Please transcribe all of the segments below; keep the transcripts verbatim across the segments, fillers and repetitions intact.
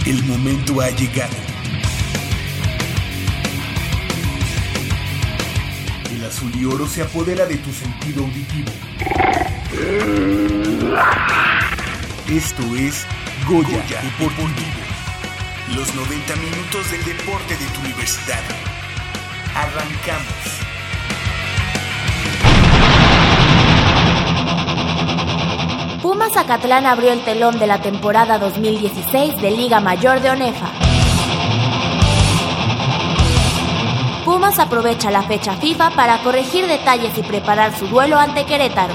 El momento ha llegado. El azul y oro se apodera de tu sentido auditivo. Esto es Goya, Goya Deportivo. Los noventa minutos del deporte de tu universidad. Arrancamos. Pumas Zacatlán abrió el telón de la temporada dos mil dieciséis de Liga Mayor de ONEFA. Pumas aprovecha la fecha FIFA para corregir detalles y preparar su duelo ante Querétaro.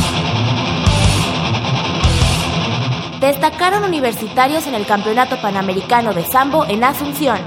Destacaron universitarios en el Campeonato Panamericano de Sambo en Asunción.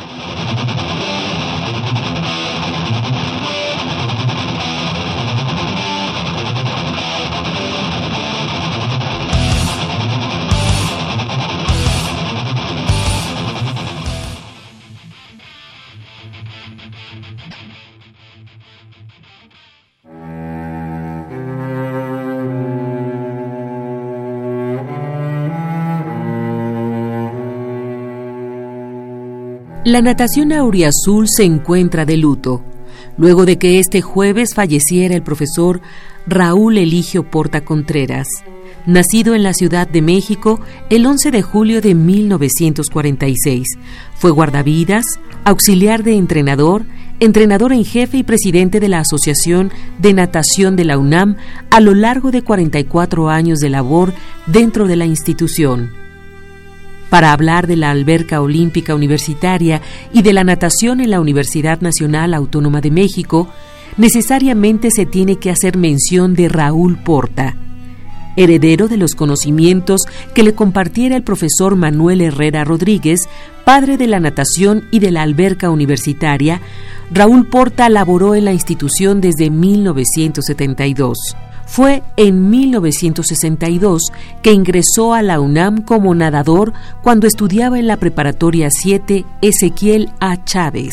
La natación auriazul se encuentra de luto, luego de que este jueves falleciera el profesor Raúl Eligio Porta Contreras, nacido en la Ciudad de México el once de julio de mil novecientos cuarenta y seis. Fue guardavidas, auxiliar de entrenador, entrenador en jefe y presidente de la Asociación de Natación de la UNAM a lo largo de cuarenta y cuatro años de labor dentro de la institución. Para hablar de la alberca olímpica universitaria y de la natación en la Universidad Nacional Autónoma de México, necesariamente se tiene que hacer mención de Raúl Porta. Heredero de los conocimientos que le compartiera el profesor Manuel Herrera Rodríguez, padre de la natación y de la alberca universitaria, Raúl Porta laboró en la institución desde mil novecientos setenta y dos. Fue en mil novecientos sesenta y dos que ingresó a la UNAM como nadador cuando estudiaba en la Preparatoria siete Ezequiel A. Chávez.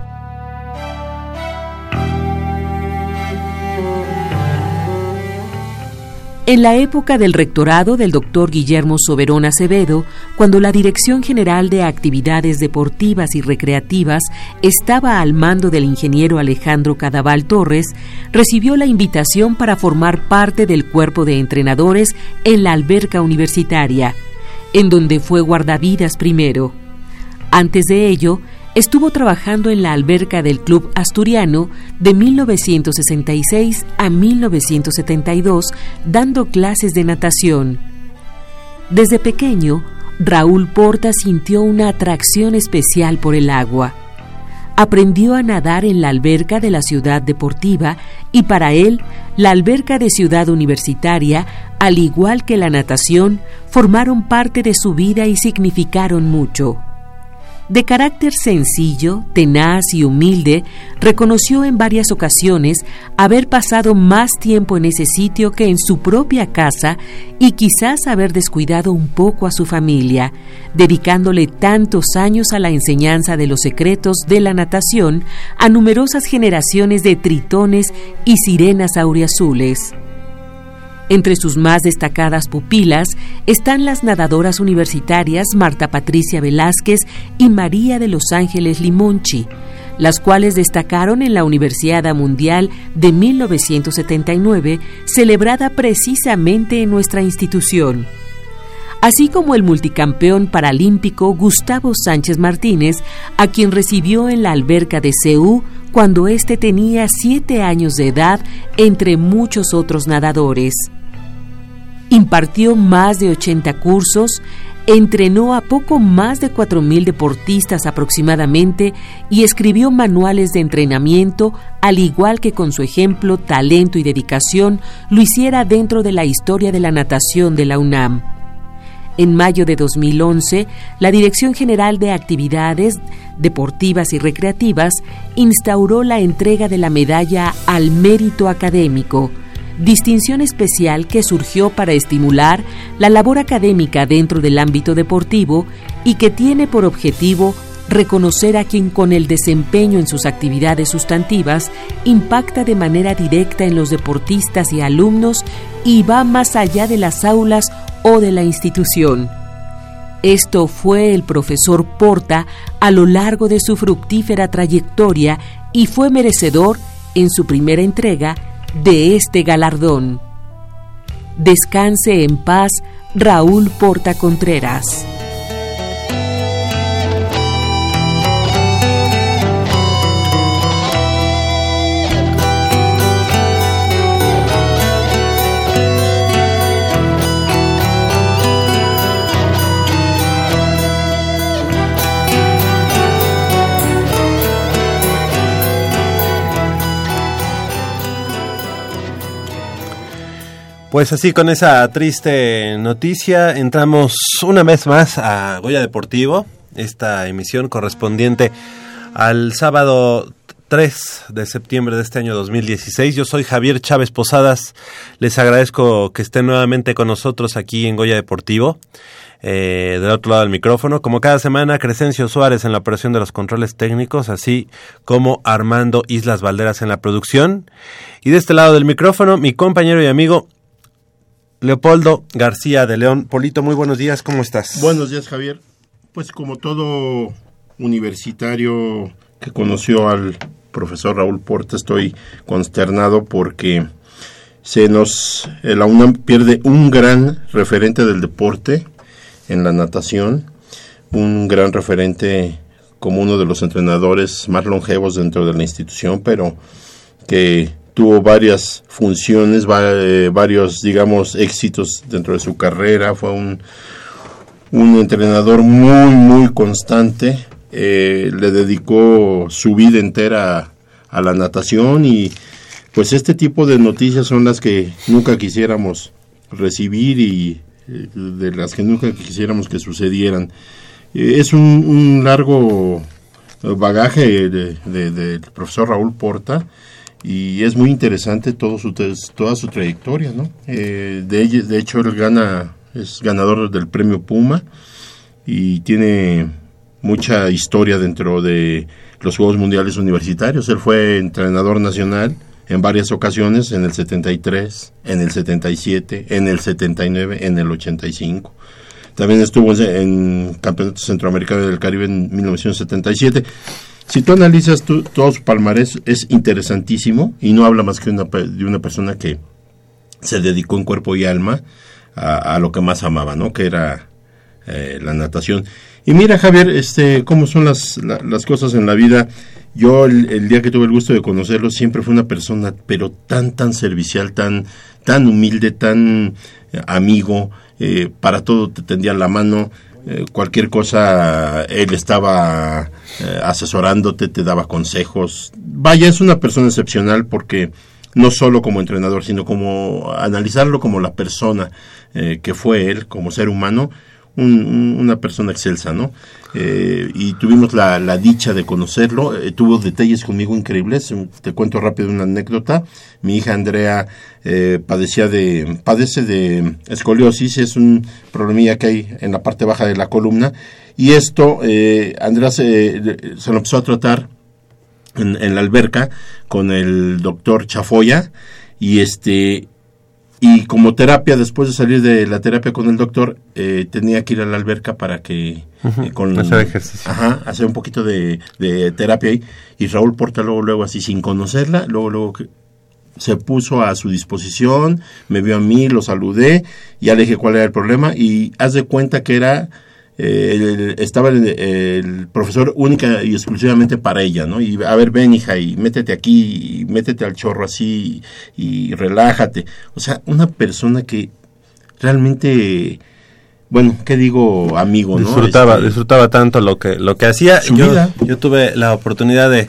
En la época del rectorado del doctor Guillermo Soberón Acevedo, cuando la Dirección General de Actividades Deportivas y Recreativas estaba al mando del ingeniero Alejandro Cadaval Torres, recibió la invitación para formar parte del cuerpo de entrenadores en la alberca universitaria, en donde fue guardavidas primero. Antes de ello, estuvo trabajando en la alberca del Club Asturiano de mil novecientos sesenta y seis a mil novecientos setenta y dos, dando clases de natación. Desde pequeño, Raúl Porta sintió una atracción especial por el agua. Aprendió a nadar en la alberca de la Ciudad Deportiva y para él, la alberca de Ciudad Universitaria, al igual que la natación, formaron parte de su vida y significaron mucho. De carácter sencillo, tenaz y humilde, reconoció en varias ocasiones haber pasado más tiempo en ese sitio que en su propia casa y quizás haber descuidado un poco a su familia, dedicándole tantos años a la enseñanza de los secretos de la natación a numerosas generaciones de tritones y sirenas auriazules. Entre sus más destacadas pupilas están las nadadoras universitarias Marta Patricia Velázquez y María de los Ángeles Limonchi, las cuales destacaron en la Universiada Mundial de mil novecientos setenta y nueve, celebrada precisamente en nuestra institución. Así como el multicampeón paralímpico Gustavo Sánchez Martínez, a quien recibió en la alberca de C U cuando éste tenía siete años de edad, entre muchos otros nadadores. Impartió más de ochenta cursos, entrenó a poco más de cuatro mil deportistas aproximadamente y escribió manuales de entrenamiento, al igual que con su ejemplo, talento y dedicación lo hiciera dentro de la historia de la natación de la UNAM. En mayo de dos mil once, la Dirección General de Actividades Deportivas y Recreativas instauró la entrega de la medalla al mérito académico, distinción especial que surgió para estimular la labor académica dentro del ámbito deportivo y que tiene por objetivo reconocer a quien con el desempeño en sus actividades sustantivas impacta de manera directa en los deportistas y alumnos y va más allá de las aulas o de la institución. Esto fue el profesor Porta a lo largo de su fructífera trayectoria y fue merecedor, en su primera entrega, de este galardón. Descanse en paz, Raúl Porta Contreras. Pues así, con esa triste noticia, entramos una vez más a Goya Deportivo, esta emisión correspondiente al sábado tres de septiembre de este año dos mil dieciséis. Yo soy Javier Chávez Posadas, les agradezco que estén nuevamente con nosotros aquí en Goya Deportivo. Eh, del otro lado del micrófono, como cada semana, Crescencio Suárez en la operación de los controles técnicos, así como Armando Islas Valderas en la producción. Y de este lado del micrófono, mi compañero y amigo Leopoldo García de León. Polito, muy buenos días, ¿cómo estás? Buenos días, Javier. Pues como todo universitario que conoció al profesor Raúl Porta, estoy consternado porque se nos, la UNAM pierde un gran referente del deporte en la natación, un gran referente como uno de los entrenadores más longevos dentro de la institución, pero que tuvo varias funciones, va, eh, varios, digamos, éxitos dentro de su carrera. Fue un, un entrenador muy, muy constante. Eh, le dedicó su vida entera a, a la natación y pues este tipo de noticias son las que nunca quisiéramos recibir y eh, de las que nunca quisiéramos que sucedieran. Eh, es un, un largo bagaje del de, de profesor Raúl Porta, y es muy interesante todo su, toda su trayectoria, ¿no? Eh, de, de hecho, él gana, es ganador del premio Puma y tiene mucha historia dentro de los Juegos Mundiales Universitarios. Él fue entrenador nacional en varias ocasiones, en el setenta y tres, en el setenta y siete, en el setenta y nueve, en el ochenta y cinco. También estuvo en, en Campeonato Centroamericano del Caribe en mil novecientos setenta y siete. Si tú analizas tu, todo su palmarés, es interesantísimo y no habla más que una, de una persona que se dedicó en cuerpo y alma a, a lo que más amaba, ¿no? Que era eh, la natación. Y mira, Javier, este, cómo son las, la, las cosas en la vida. Yo el, el día que tuve el gusto de conocerlo siempre fue una persona, pero tan, tan servicial, tan, tan humilde, tan eh, amigo. Eh, para todo te tendía la mano. Eh, cualquier cosa, él estaba eh, asesorándote, te daba consejos. Vaya, es una persona excepcional porque no solo como entrenador, sino como analizarlo como la persona eh, que fue él, como ser humano, un, un, una persona excelsa, ¿no? Eh, y tuvimos la, la dicha de conocerlo. Eh, tuvo detalles conmigo increíbles. Te cuento rápido una anécdota. Mi hija Andrea eh, padecía de padece de escoliosis, es un problemilla que hay en la parte baja de la columna, y esto eh, Andrea se, se lo empezó a tratar en, en la alberca con el doctor Chafoya, y este y como terapia, después de salir de la terapia con el doctor, eh, tenía que ir a la alberca para que uh-huh, eh, con hacer ejercicio, ajá, hacer un poquito de, de terapia ahí. Y Raúl Porta luego, luego así sin conocerla, luego, luego que se puso a su disposición, me vio a mí, lo saludé, ya le dije cuál era el problema, y haz de cuenta que era eh, el, estaba el, el profesor única y exclusivamente para ella, ¿no? Y a ver, ven, hija, y métete aquí, y métete al chorro así, y, y relájate. O sea, una persona que realmente, bueno, ¿qué digo? Amigo, ¿no? Disfrutaba, este, disfrutaba tanto lo que lo que hacía. Su yo, vida. yo tuve la oportunidad de,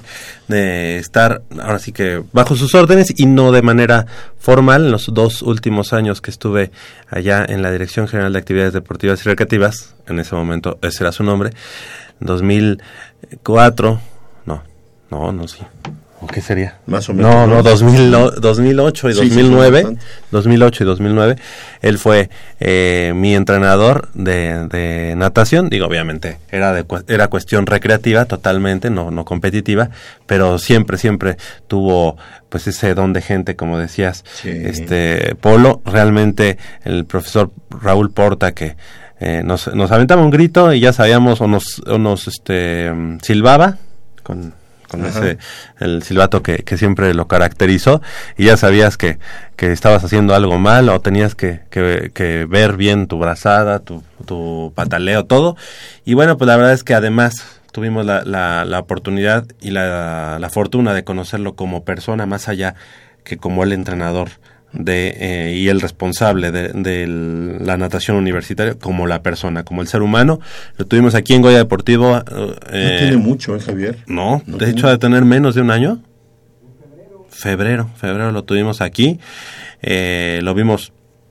de estar, ahora sí que bajo sus órdenes y no de manera formal, en los dos últimos años que estuve allá en la Dirección General de Actividades Deportivas y Recreativas. En ese momento ese era su nombre. dos mil cuatro, no, no, no, sí. ¿O qué sería? Más o menos. No, no, dos mil, no, dos mil ocho y sí, dos mil nueve. Sí, dos mil ocho y dos mil nueve. Él fue eh, mi entrenador de, de natación. Digo, obviamente, era de era cuestión recreativa totalmente, no no competitiva, pero siempre, siempre tuvo pues ese don de gente, como decías, sí. este Polo. Realmente el profesor Raúl Porta, que eh, nos, nos aventaba un grito y ya sabíamos, o nos, o nos este, silbaba con... con Ajá. ese el silbato que, que siempre lo caracterizó, y ya sabías que, que estabas haciendo algo mal, o tenías que, que, que ver bien tu brazada, tu, tu pataleo, todo. Y bueno, pues la verdad es que además tuvimos la, la, la oportunidad y la, la fortuna de conocerlo como persona, más allá que como el entrenador de eh, y el responsable de, de la natación universitaria, como la persona, como el ser humano. Lo tuvimos aquí en Goya Deportivo. Eh, no tiene mucho, ¿eh, Javier? No, no de tiene... hecho, de tener menos de un año. Febrero, febrero lo tuvimos aquí. Eh, lo vimos,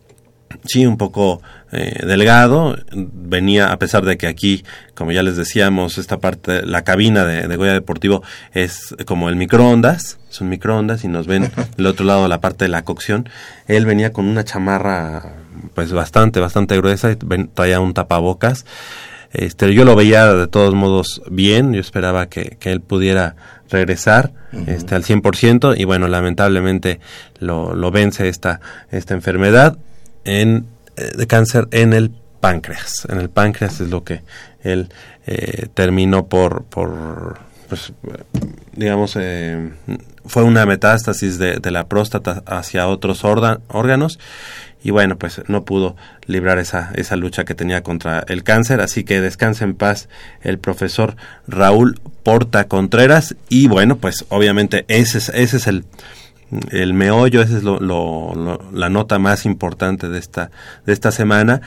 sí, un poco eh, delgado. Venía, a pesar de que aquí, como ya les decíamos, esta parte, la cabina de, de Goya Deportivo es como el microondas, es un microondas, y nos ven del otro lado la parte de la cocción. Él venía con una chamarra pues bastante, bastante gruesa, y ven, traía un tapabocas. Este, yo lo veía de todos modos bien, yo esperaba que, que él pudiera regresar uh-huh. este, al cien por ciento, y bueno, lamentablemente lo, lo vence esta, esta enfermedad en, eh, de cáncer en el páncreas. En el páncreas es lo que él eh, terminó por, por pues, digamos, eh, fue una metástasis de, de la próstata hacia otros orda, órganos, y bueno, pues no pudo librar esa, esa lucha que tenía contra el cáncer, así que descanse en paz el profesor Raúl Porta Contreras. Y bueno, pues obviamente ese es, ese es el, el meollo, esa es lo, lo, lo, la nota más importante de esta, de esta semana.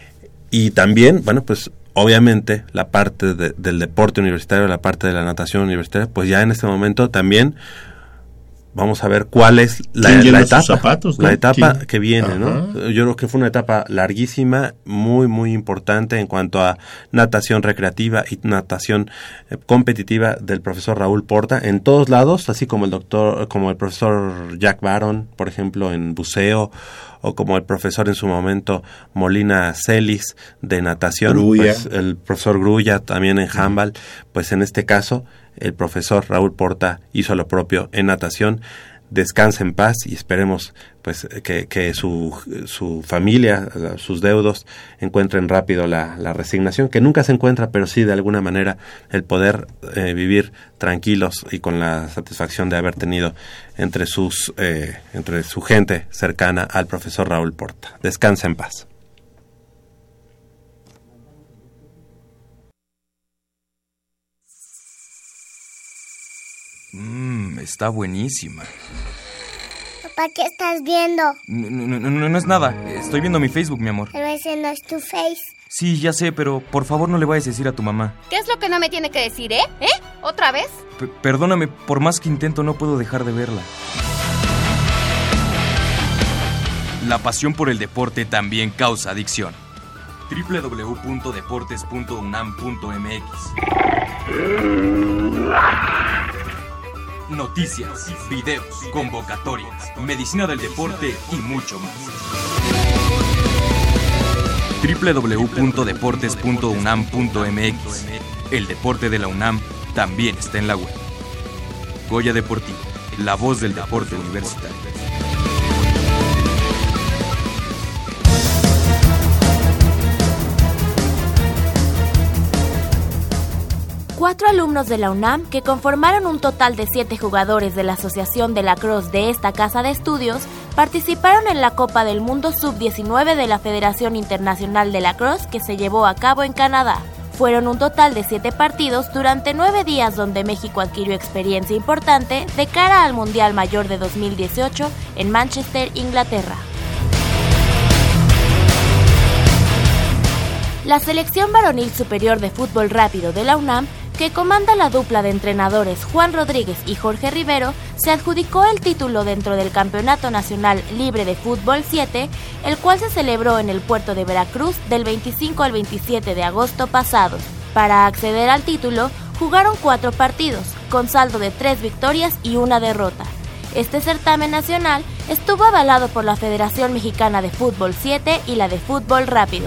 Y también, bueno, pues obviamente la parte de, del deporte universitario, la parte de la natación universitaria, pues ya en este momento también vamos a ver cuál es la, la etapa, zapatos, ¿no? la etapa ¿Quién? que viene, Ajá. ¿no? Yo creo que fue una etapa larguísima, muy, muy importante en cuanto a natación recreativa y natación eh, competitiva del profesor Raúl Porta en todos lados, así como el doctor, como el profesor Jack Baron, por ejemplo, en buceo, o como el profesor en su momento Molina Celis de natación, pues, el profesor Grulla también en handball, pues en este caso el profesor Raúl Porta hizo lo propio en natación. Descanse en paz y esperemos pues que, que su, su familia, sus deudos encuentren rápido la, la resignación, que nunca se encuentra, pero sí de alguna manera el poder eh, vivir tranquilos y con la satisfacción de haber tenido entre sus eh, entre su gente cercana al profesor Raúl Porta. Descanse en paz. Mmm, está buenísima. Papá, ¿qué estás viendo? No, no, no, no es nada. Estoy viendo mi Facebook, mi amor. Pero ese no es tu Face. Sí, ya sé, pero por favor no le vayas a decir a tu mamá. ¿Qué es lo que no me tiene que decir, eh? ¿Eh? ¿Otra vez? P- perdóname, por más que intento no puedo dejar de verla. La pasión por el deporte también causa adicción. doble u doble u doble u punto deportes punto unam punto m x. Noticias, videos, convocatorias, medicina del deporte y mucho más. doble u doble u doble u punto deportes punto unam punto m x. El deporte de la UNAM también está en la web. Goya Deportivo, la voz del deporte universitario. Cuatro alumnos de la UNAM, que conformaron un total de siete jugadores de la Asociación de Lacrosse de esta casa de estudios, participaron en la Copa del Mundo sub diecinueve de la Federación Internacional de Lacrosse que se llevó a cabo en Canadá. Fueron un total de siete partidos durante nueve días donde México adquirió experiencia importante de cara al Mundial Mayor de dos mil dieciocho en Manchester, Inglaterra. La selección varonil superior de fútbol rápido de la UNAM, que comanda la dupla de entrenadores Juan Rodríguez y Jorge Rivero, se adjudicó el título dentro del Campeonato Nacional Libre de Fútbol siete, el cual se celebró en el puerto de Veracruz del veinticinco al veintisiete de agosto pasados. Para acceder al título, jugaron cuatro partidos, con saldo de tres victorias y una derrota. Este certamen nacional estuvo avalado por la Federación Mexicana de Fútbol siete y la de Fútbol Rápido.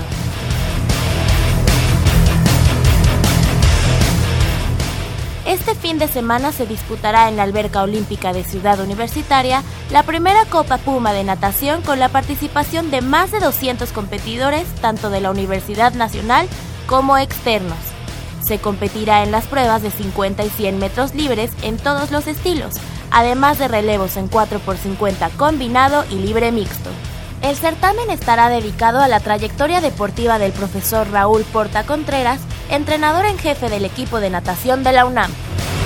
Este fin de semana se disputará en la Alberca Olímpica de Ciudad Universitaria la primera Copa Puma de natación con la participación de más de doscientos competidores, tanto de la Universidad Nacional como externos. Se competirá en las pruebas de cincuenta y cien metros libres en todos los estilos, además de relevos en cuatro por cincuenta combinado y libre mixto. El certamen estará dedicado a la trayectoria deportiva del profesor Raúl Porta Contreras, entrenador en jefe del equipo de natación de la UNAM.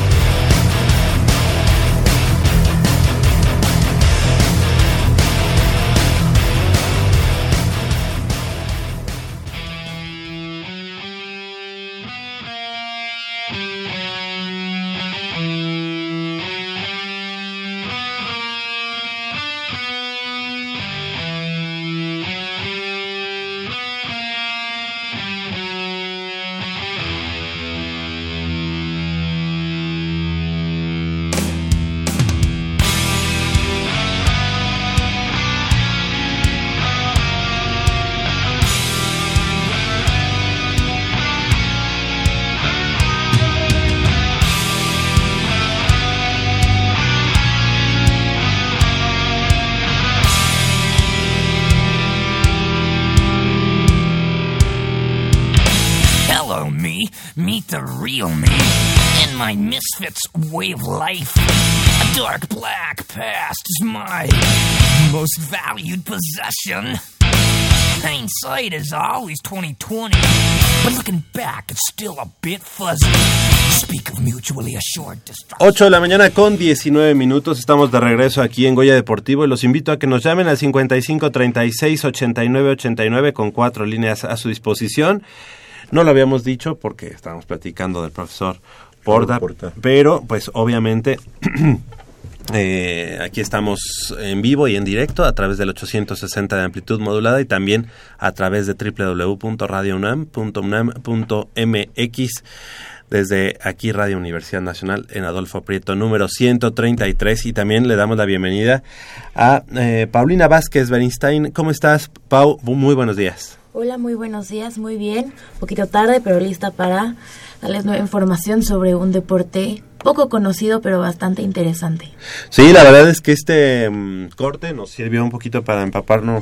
Meet the real me in my misfits way of life. A dark black past is my most valued possession. Hindsight is always twenty twenty, but looking back it's still a bit fuzzy. Speak of mutually assured destruction. ocho de la mañana con diecinueve minutos, estamos de regreso aquí en Goya Deportivo y los invito a que nos llamen al cincuenta y cinco treinta y seis ochenta y nueve ochenta y nueve con cuatro líneas a su disposición. No lo habíamos dicho porque estábamos platicando del profesor Porta, Porta. pero pues obviamente eh, aquí estamos en vivo y en directo a través del ochocientos sesenta de amplitud modulada y también a través de doble u doble u doble u punto radio unam punto unam punto m x desde aquí Radio Universidad Nacional en Adolfo Prieto número ciento treinta y tres, y también le damos la bienvenida a eh, Paulina Vázquez Bernstein. ¿Cómo estás, Pau? Muy buenos días. Hola, muy buenos días, muy bien, un poquito tarde, pero lista para darles nueva información sobre un deporte poco conocido, pero bastante interesante. Sí, la verdad es que este um, corte nos sirvió un poquito para empaparnos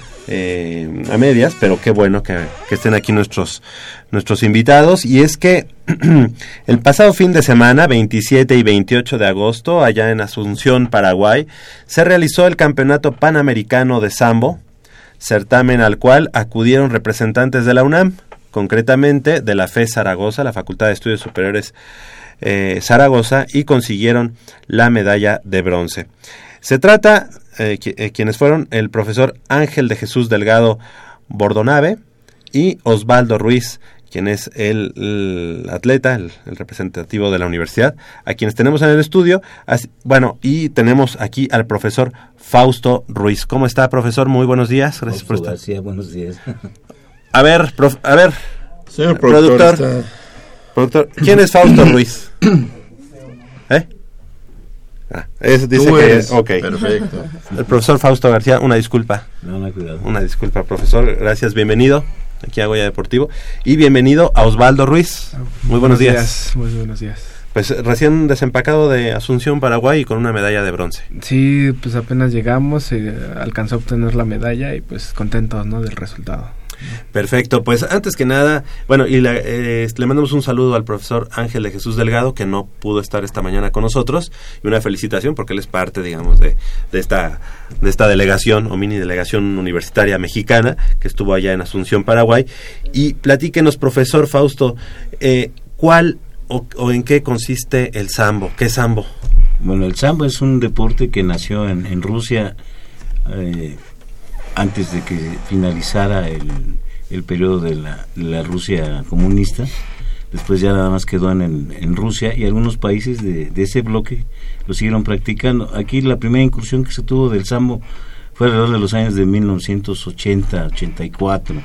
eh, a medias, pero qué bueno que, que estén aquí nuestros, nuestros invitados, y es que el pasado fin de semana, veintisiete y veintiocho de agosto, allá en Asunción, Paraguay, se realizó el Campeonato Panamericano de Sambo, certamen al cual acudieron representantes de la UNAM, concretamente de la FES Zaragoza, la Facultad de Estudios Superiores eh, Zaragoza, y consiguieron la medalla de bronce. Se trata, eh, qu- eh, quienes fueron el profesor Ángel de Jesús Delgado Bordonave y Osvaldo Ruiz, quien es el, el atleta, el, el representativo de la universidad, a quienes tenemos en el estudio. Así, bueno, y tenemos aquí al profesor Fausto Ruiz. ¿Cómo está, profesor? Muy buenos días. Gracias Fausto por estar. García, buenos días. A ver, prof, a ver, señor productor, productor, está... productor, ¿quién es Fausto Ruiz? ¿Eh? Ah, es, dice Tú que eres. okay. Perfecto. El profesor Fausto García, una disculpa. No, no, cuidado. Una disculpa, profesor. Gracias, bienvenido aquí a Goya Deportivo. Y bienvenido a Osvaldo Ruiz. Muy, Muy buenos, buenos días. días. Muy buenos días. Pues recién desempacado de Asunción, Paraguay, y con una medalla de bronce. Sí, pues apenas llegamos, se eh, alcanzó a obtener la medalla y pues contentos, ¿no?, del resultado. Perfecto, pues antes que nada, bueno, y le, eh, le mandamos un saludo al profesor Ángel de Jesús Delgado, que no pudo estar esta mañana con nosotros, y una felicitación porque él es parte, digamos, de, de esta de esta delegación o mini delegación universitaria mexicana que estuvo allá en Asunción, Paraguay. Y platíquenos, profesor Fausto, eh, ¿cuál o, o en qué consiste el sambo? ¿Qué es sambo? Bueno, el sambo es un deporte que nació en, en Rusia eh, antes de que finalizara el, el periodo de la, de la Rusia comunista. Después ya nada más quedó en, el, en Rusia, y algunos países de, de ese bloque lo siguieron practicando. Aquí la primera incursión que se tuvo del sambo fue alrededor de los años de mil novecientos ochenta, ochenta y cuatro.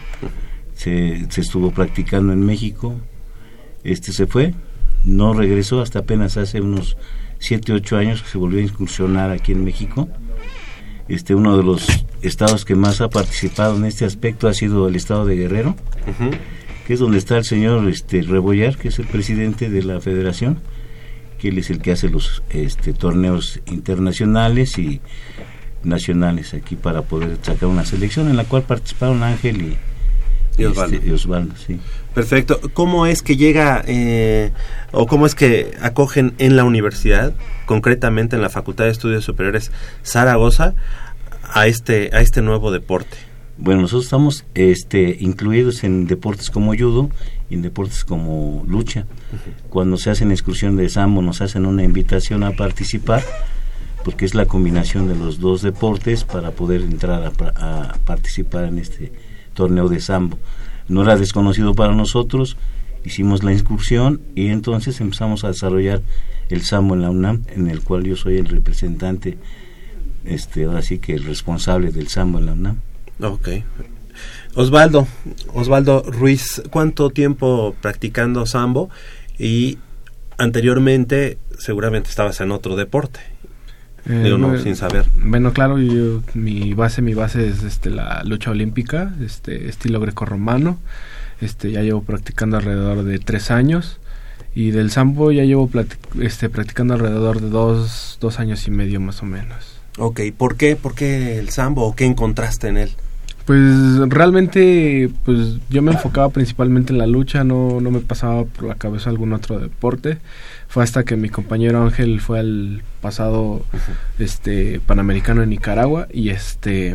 Se, se estuvo practicando en México. Este se fue, no regresó hasta apenas hace unos siete, ocho años que se volvió a incursionar aquí en México. Este, uno de los estados que más ha participado en este aspecto ha sido el estado de Guerrero, uh-huh. que es donde está el señor este, Rebollar, que es el presidente de la federación, que él es el que hace los este, torneos internacionales y nacionales aquí para poder sacar una selección en la cual participaron Ángel y, y Osvaldo. Este, y Osvaldo, sí. Perfecto. ¿Cómo es que llega eh, o cómo es que acogen en la universidad, concretamente en la Facultad de Estudios Superiores Zaragoza, a este a este nuevo deporte? Bueno, nosotros estamos este, incluidos en deportes como judo y en deportes como lucha. Uh-huh. Cuando se hacen excursión de sambo nos hacen una invitación a participar, porque es la combinación de los dos deportes para poder entrar a, a participar en este torneo de sambo. No era desconocido para nosotros, hicimos la incursión y entonces empezamos a desarrollar el sambo en la UNAM, en el cual yo soy el representante, este, ahora sí que el responsable del sambo en la UNAM. Ok. Osvaldo, Osvaldo Ruiz, ¿cuánto tiempo practicando sambo? Y anteriormente seguramente estabas en otro deporte. Eh, Digo, no, bueno, sin saber. Bueno, claro, yo, mi base, mi base es este la lucha olímpica, este estilo grecorromano. Este ya llevo practicando alrededor de tres años y del sambo ya llevo platic, este practicando alrededor de dos dos años y medio más o menos. Ok, ¿por qué? ¿Por qué el sambo o qué encontraste en él? Pues realmente, pues yo me enfocaba principalmente en la lucha, no, no me pasaba por la cabeza algún otro deporte. Fue hasta que mi compañero Ángel fue al pasado uh-huh. este Panamericano en Nicaragua y este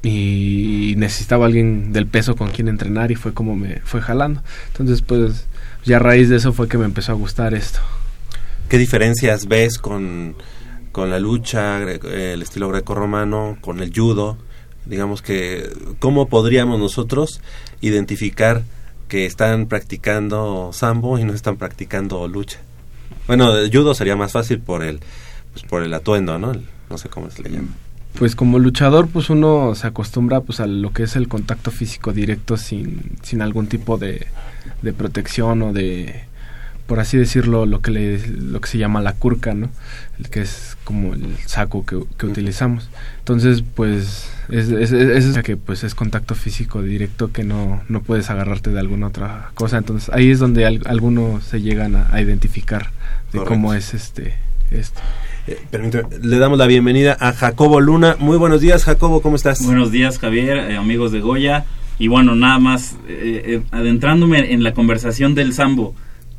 y necesitaba alguien del peso con quien entrenar y fue como me fue jalando. Entonces pues ya a raíz de eso fue que me empezó a gustar esto. ¿Qué diferencias ves con, con la lucha, el estilo grecorromano, con el judo? Digamos que, ¿cómo podríamos nosotros identificar que están practicando sambo y no están practicando lucha? Bueno, el judo sería más fácil por el pues por el atuendo, ¿no? El, no sé cómo se le llama. Pues como luchador, pues uno se acostumbra pues a lo que es el contacto físico directo sin sin algún tipo de, de protección o de, por así decirlo, lo que le lo que se llama la curca, ¿no? El que es como el saco que, que mm. utilizamos. Entonces, pues es es, es, es que pues es contacto físico directo que no no puedes agarrarte de alguna otra cosa. Entonces, ahí es donde al, algunos se llegan a, a identificar de Correcto. Cómo es este esto. Eh, permítame, le damos la bienvenida a Jacobo Luna. Muy buenos días, Jacobo, ¿cómo estás? Buenos días, Javier, eh, amigos de Goya. Y bueno, nada más eh, eh, adentrándome en la conversación del sambo.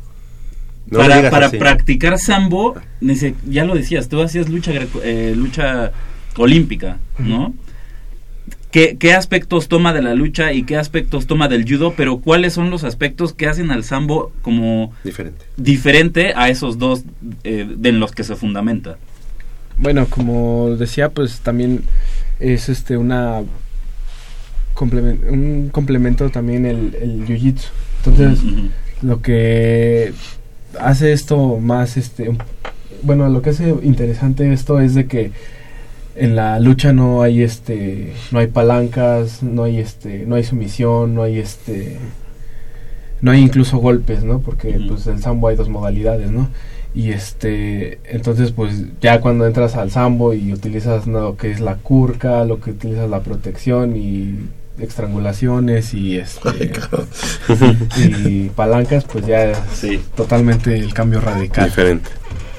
No para para practicar sambo, ya lo decías, tú hacías lucha eh, lucha olímpica, ¿no? Uh-huh. ¿Qué, ¿Qué aspectos toma de la lucha y qué aspectos toma del judo? Pero ¿cuáles son los aspectos que hacen al sambo como diferente, diferente a esos dos eh, de en los que se fundamenta? Bueno, como decía, pues también es este una complement, un complemento también el, el jiu-jitsu. Entonces, uh-huh. lo que hace esto más este bueno lo que hace interesante esto es de que en la lucha no hay este no hay palancas, no hay este no hay sumisión, no hay este no hay incluso golpes, ¿no? Porque uh-huh. pues el sambo hay dos modalidades, ¿no? Y este entonces pues ya cuando entras al sambo y utilizas, ¿no?, lo que es la curca, lo que utilizas la protección y estrangulaciones y este y palancas, pues ya es sí. totalmente el cambio radical. Diferente.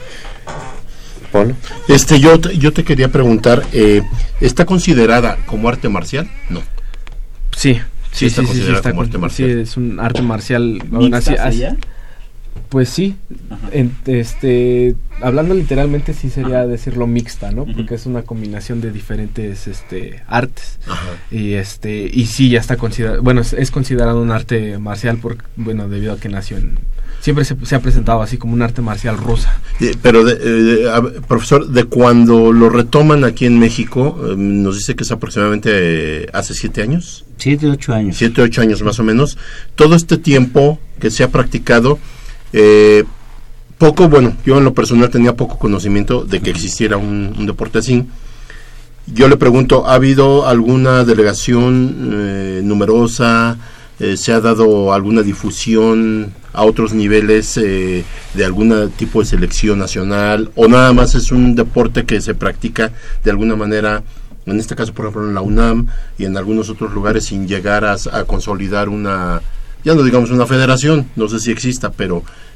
Polo. Este, yo, yo te quería preguntar, eh, ¿está considerada como arte marcial? No. Sí, sí, sí está sí, considerada sí, está como arte marcial. Sí, es un arte marcial. ¿Mixta así, sería? Pues sí, en, este, hablando literalmente sí sería Ajá. decirlo mixta, ¿no? Uh-huh. Porque es una combinación de diferentes, este, artes. Ajá. Y este, y sí ya está considerado, bueno, es, es considerado un arte marcial porque, bueno, debido a que nació en, siempre se, se ha presentado así como un arte marcial rusa. Eh, pero, de, eh, a, profesor, de cuando lo retoman aquí en México, eh, nos dice que es aproximadamente eh, hace siete años. Siete, ocho años. Siete, ocho años más o menos. Todo este tiempo que se ha practicado, Eh, poco, bueno, yo en lo personal tenía poco conocimiento de que existiera un, un deporte así. Yo le pregunto, ¿ha habido alguna delegación eh, numerosa? Eh, ¿Se ha dado alguna difusión a otros niveles eh, de algún tipo de selección nacional? ¿O nada más es un deporte que se practica de alguna manera, en este caso por ejemplo en la UNAM y en algunos otros lugares, sin llegar a, a consolidar una, ya no digamos una federación, no sé si exista, pero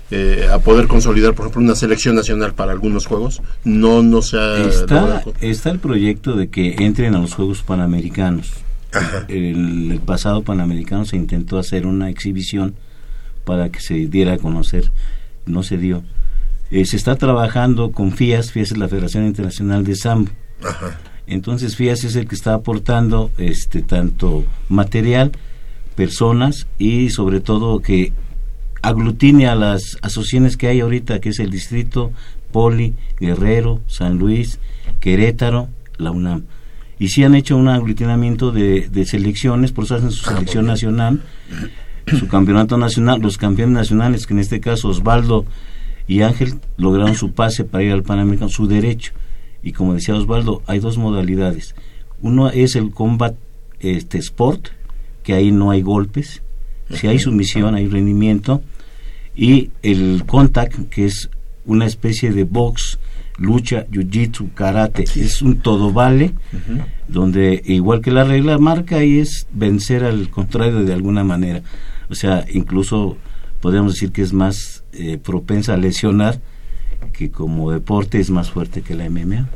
eh, a poder consolidar, por ejemplo, una selección nacional para algunos juegos? No, no se ha está, está el proyecto de que entren a los Juegos Panamericanos. El, el pasado Panamericano se intentó hacer una exhibición para que se diera a conocer, no se dio. Eh, se está trabajando con FIAS, FIAS es la Federación Internacional de Sambo. Ajá. Entonces FIAS es el que está aportando este tanto material, personas y sobre todo que aglutine a las asociaciones que hay ahorita, que es el Distrito, Poli, Guerrero, San Luis, Querétaro, la UNAM. Y sí han hecho un aglutinamiento de, de selecciones, por eso hacen su selección nacional, su campeonato nacional, los campeones nacionales, que en este caso Osvaldo y Ángel lograron su pase para ir al Panamericano, su derecho. Y como decía Osvaldo, hay dos modalidades. Uno es el combat este, sport, que ahí no hay golpes, si hay sumisión, hay rendimiento, y el contact, que es una especie de box, lucha, jiu-jitsu, karate, es un todo vale, uh-huh. donde igual que la regla marca ahí es vencer al contrario de alguna manera, o sea, incluso podríamos decir que es más eh, propensa a lesionar, que como deporte es más fuerte que la M M A.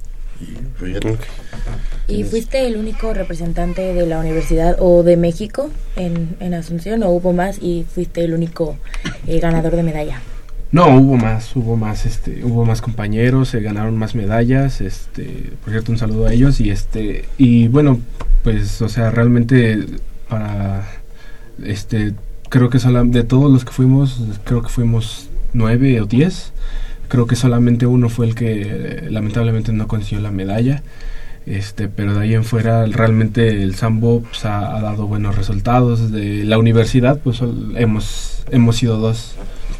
¿Y fuiste el único representante de la universidad o de México en, en Asunción, o hubo más y fuiste el único eh, ganador de medalla? No, hubo más, hubo más, este, hubo más compañeros, se ganaron más medallas, este, por cierto, un saludo a ellos, y este, y bueno, pues, o sea, realmente para, este, creo que solo de todos los que fuimos, creo que fuimos nueve o diez, creo que solamente uno fue el que eh, lamentablemente no consiguió la medalla, este, pero de ahí en fuera realmente el sambo pues, ha, ha dado buenos resultados. De la universidad, pues hemos, hemos sido dos.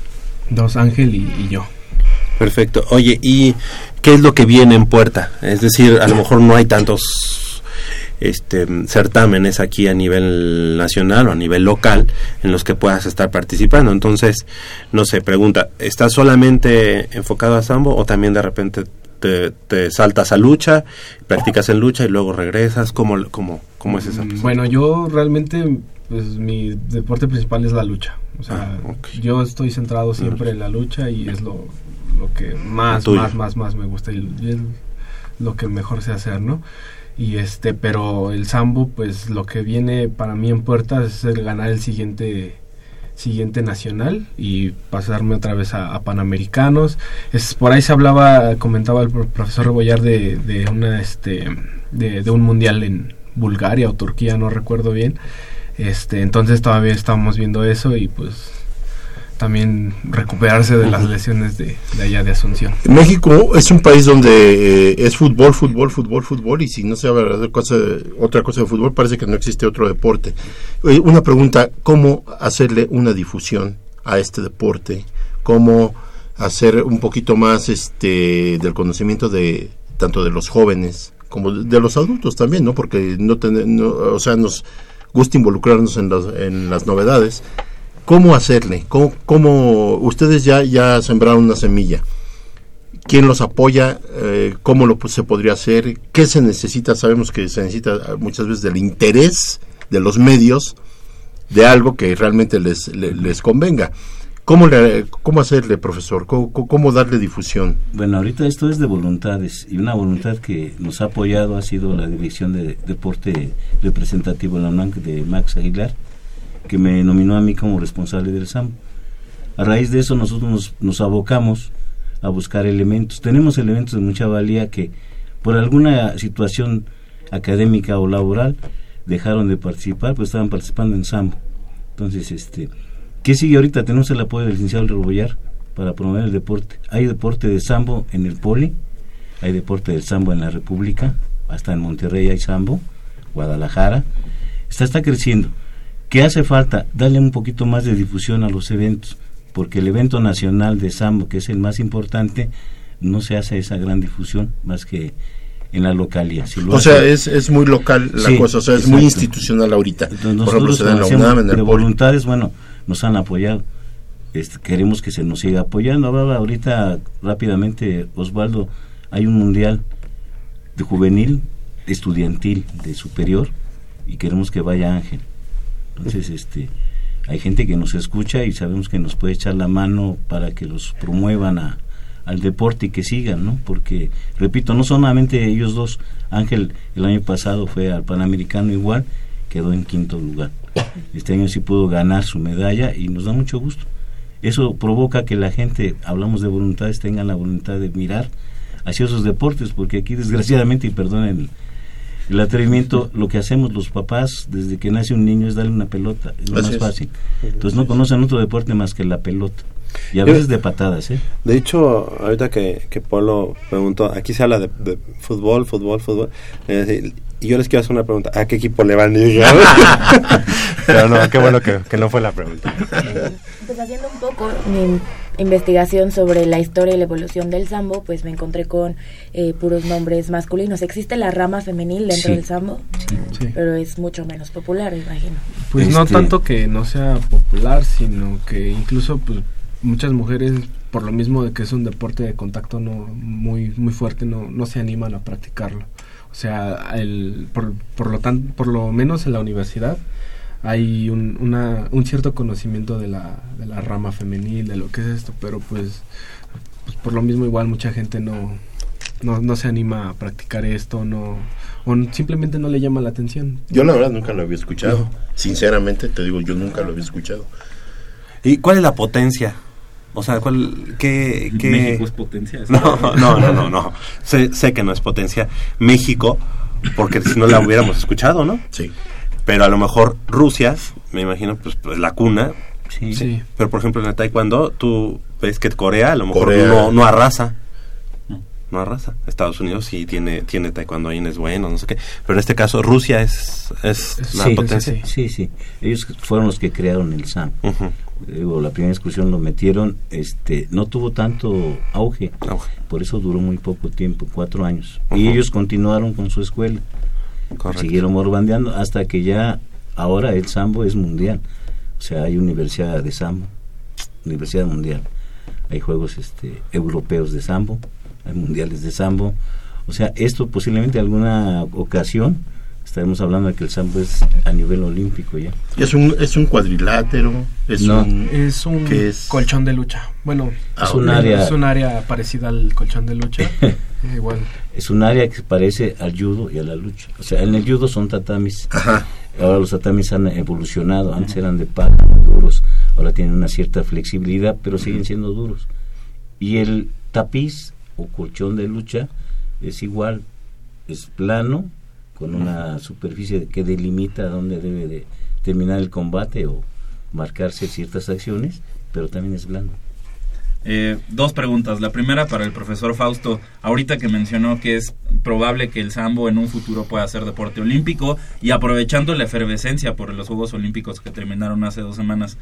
Dos, Ángel y, y yo. Perfecto. Oye, ¿y qué es lo que viene en puerta? Es decir, a lo mejor no hay tantos este certámenes aquí a nivel nacional o a nivel local en los que puedas estar participando. Entonces, no sé, pregunta, ¿estás solamente enfocado a sambo o también de repente te, te saltas a lucha, practicas en lucha y luego regresas? ¿Cómo, cómo, cómo es esa? Bueno, yo realmente, pues mi deporte principal es la lucha. O sea, ah, okay. yo estoy centrado siempre en la lucha y es lo, lo que más, más, más, más me gusta y es lo que mejor sé hacer, ¿no? Y este, pero el sambo, pues lo que viene para mí en puerta es el ganar el siguiente siguiente nacional y pasarme otra vez a, a Panamericanos. Es, por ahí se hablaba, comentaba el profesor Rebollar de, de una este de, de un mundial en Bulgaria o Turquía, no recuerdo bien. Este, entonces todavía estamos viendo eso y pues también recuperarse de las lesiones de, de allá de Asunción. México es un país donde eh, es fútbol, fútbol, fútbol, fútbol, y si no se habla de cosa, otra cosa de fútbol, parece que no existe otro deporte. Eh, una pregunta, ¿cómo hacerle una difusión a este deporte? ¿Cómo hacer un poquito más este del conocimiento de tanto de los jóvenes como de, de los adultos también, ¿no? Porque no, ten, no o sea, nos gusta involucrarnos en las, en las novedades. ¿Cómo hacerle? ¿Cómo, cómo ustedes ya, ya sembraron una semilla? ¿Quién los apoya? Eh, ¿Cómo lo se podría hacer? ¿Qué se necesita? Sabemos que se necesita muchas veces del interés de los medios de algo que realmente les, les, les convenga. ¿Cómo, le, ¿Cómo hacerle, profesor? ¿Cómo, ¿Cómo darle difusión? Bueno, ahorita esto es de voluntades, y una voluntad que nos ha apoyado ha sido la Dirección de Deporte Representativo de la UNAM, de Max Aguilar, que me nominó a mí como responsable del sambo. A raíz de eso nosotros nos, nos abocamos a buscar elementos. Tenemos elementos de mucha valía que por alguna situación académica o laboral dejaron de participar, pues estaban participando en sambo. Entonces, este... ¿qué sigue ahorita? Tenemos el apoyo del licenciado Rebollar para promover el deporte. Hay deporte de sambo en el Poli, hay deporte del sambo en la República, hasta en Monterrey hay sambo, Guadalajara. Está, está creciendo. ¿Qué hace falta? Darle un poquito más de difusión a los eventos, porque el evento nacional de sambo, que es el más importante, no se hace esa gran difusión, más que en la localidad. Si o hace, sea, es, es muy local la sí, cosa, o sea, es exacto. Muy institucional ahorita. Entonces, por ejemplo, se da en la UNAM, en el de voluntades, bueno, nos han apoyado. Este, queremos que se nos siga apoyando. Ahora, ahorita, rápidamente, Osvaldo, hay un mundial de juvenil, estudiantil, de superior, y queremos que vaya Ángel. Entonces, este, hay gente que nos escucha y sabemos que nos puede echar la mano para que los promuevan a, al deporte y que sigan, ¿no? Porque, repito, no solamente ellos dos. Ángel el año pasado fue al Panamericano igual, quedó en quinto lugar. Este año sí pudo ganar su medalla y nos da mucho gusto. Eso provoca que la gente, hablamos de voluntades, tengan la voluntad de mirar hacia esos deportes, porque aquí desgraciadamente, y perdonen el, el atrevimiento, lo que hacemos los papás desde que nace un niño es darle una pelota, es lo más fácil. Entonces no conocen otro deporte más que la pelota. Y a veces de patadas, ¿eh? De hecho, ahorita que, que Polo preguntó, aquí se habla de, de fútbol, fútbol, fútbol, eh, y yo les quiero hacer una pregunta, ¿a qué equipo le van? Pero no, qué bueno que, que no fue la pregunta. Pues haciendo un poco mi investigación sobre la historia y la evolución del sambo, pues me encontré con eh, puros nombres masculinos. Existe la rama femenil dentro sí. del sambo, sí. pero es mucho menos popular, imagino. Pues este... no tanto que no sea popular, sino que incluso pues muchas mujeres, por lo mismo de que es un deporte de contacto no muy muy fuerte, no no se animan a practicarlo. O sea, el por por lo tan por lo menos en la universidad hay un una un cierto conocimiento de la de la rama femenil, de lo que es esto, pero pues, pues por lo mismo igual mucha gente no no no se anima a practicar esto, no o simplemente no le llama la atención. Yo la verdad nunca lo había escuchado. No. Sinceramente te digo, yo nunca lo había escuchado. ¿Y cuál es la potencia? O sea, ¿cuál, qué, qué? México es potencia. ¿Es no, no, no, no, no. Sé, sé que no es potencia. México, porque si no la hubiéramos escuchado, ¿no? Sí. Pero a lo mejor Rusia, me imagino, pues, pues la cuna. Sí. sí. Pero por ejemplo en el taekwondo, tú ves que Corea a lo mejor Corea. no, no arrasa. No arrasa. Estados Unidos sí tiene tiene taekwondo ahí, es bueno, no sé qué. Pero en este caso Rusia es, es la sí, potencia. Sí, sí, sí. Ellos fueron los que crearon el S A M. Uh-huh. Digo, la primera excursión lo metieron, este, no tuvo tanto auge, auge. Por eso duró muy poco tiempo, cuatro años. Uh-huh. Y ellos continuaron con su escuela. Correcto. Siguieron morbandeando hasta que ya ahora el sambo es mundial. O sea, hay universidad de sambo, universidad mundial. Hay juegos este europeos de sambo, hay mundiales de sambo. O sea, esto posiblemente en alguna ocasión estaremos hablando de que el sambo es a nivel olímpico ya. Es un es un cuadrilátero, es no, un es un es? colchón de lucha. Bueno, es un área es un área parecida al colchón de lucha. Igual. Es un área que se parece al judo y a la lucha. O sea, en el judo son tatamis. Ajá. Ahora los tatamis han evolucionado. Antes eran de pala, muy duros. Ahora tienen una cierta flexibilidad, pero siguen siendo duros. Y el tapiz o colchón de lucha es igual, es plano, con una superficie que delimita dónde debe de terminar el combate o marcarse ciertas acciones, pero también es blando. Eh, dos preguntas. La primera para el profesor Fausto. Ahorita que mencionó que es probable que el sambo en un futuro pueda ser deporte olímpico, y aprovechando la efervescencia por los Juegos Olímpicos que terminaron hace dos semanas,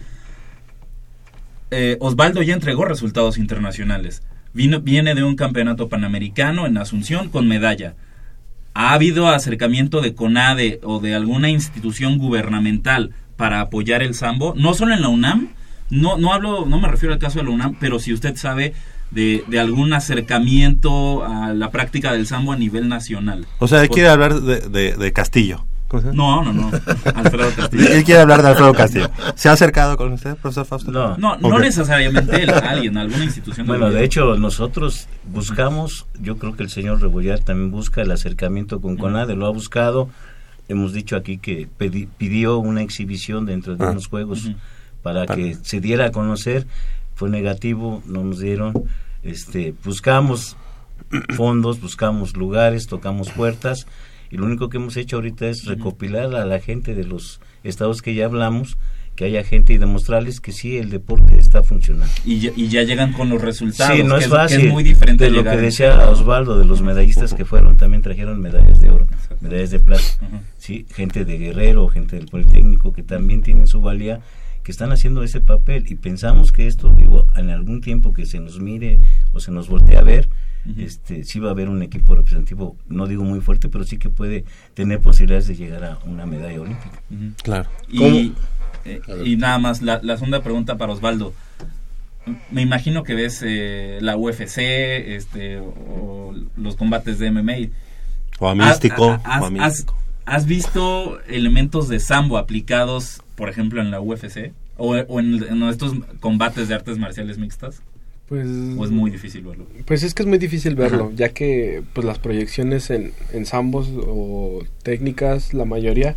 eh, Osvaldo ya entregó resultados internacionales. Vino, viene de un campeonato panamericano en Asunción con medalla. ¿Ha habido acercamiento de CONADE o de alguna institución gubernamental para apoyar el sambo? No solo en la UNAM, no no hablo, no me refiero al caso de la UNAM, pero si usted sabe de, de algún acercamiento a la práctica del sambo a nivel nacional. O sea, él quiere hablar de, de, de Castillo. No, no, no. Alfredo Castillo. Él quiere hablar de Alfredo Castillo. ¿Se ha acercado con usted, profesor Fausto? No, no, no okay. necesariamente él, alguien, alguna institución. Bueno, de hecho, nosotros buscamos, yo creo que el señor Rebollar también busca el acercamiento con CONADE, lo ha buscado. Hemos dicho aquí que pedi, pidió una exhibición dentro de ah. unos juegos uh-huh. para ah. que se diera a conocer. Fue negativo, no nos dieron. Este, buscamos fondos, buscamos lugares, tocamos puertas. Y lo único que hemos hecho ahorita es recopilar a la gente de los estados que ya hablamos, que haya gente y demostrarles que sí, el deporte está funcionando. Y ya, y ya llegan con los resultados. Sí, no es que fácil. Que es muy diferente de lo que decía Osvaldo, de los medallistas que fueron, también trajeron medallas de oro, medallas de plata. Uh-huh. Sí, gente de Guerrero, gente del Politécnico, que también tienen su valía, que están haciendo ese papel. Y pensamos que esto, digo, en algún tiempo que se nos mire o se nos voltee a ver, Uh-huh. este sí va a haber un equipo representativo, no digo muy fuerte, pero sí que puede tener posibilidades de llegar a una medalla olímpica. Uh-huh. Claro. Y, eh, y nada más, la, la segunda pregunta para Osvaldo. Me imagino que ves eh, la U F C, este, o, o los combates de M M A. O a místico. ¿Has, o a místico. has, ¿Has visto elementos de sambo aplicados, por ejemplo, en la U F C? ¿O, o en, en estos combates de artes marciales mixtas? Pues, ¿O es muy difícil verlo? Pues es que es muy difícil verlo, Ajá. ya que pues las proyecciones en, en sambos o técnicas, la mayoría,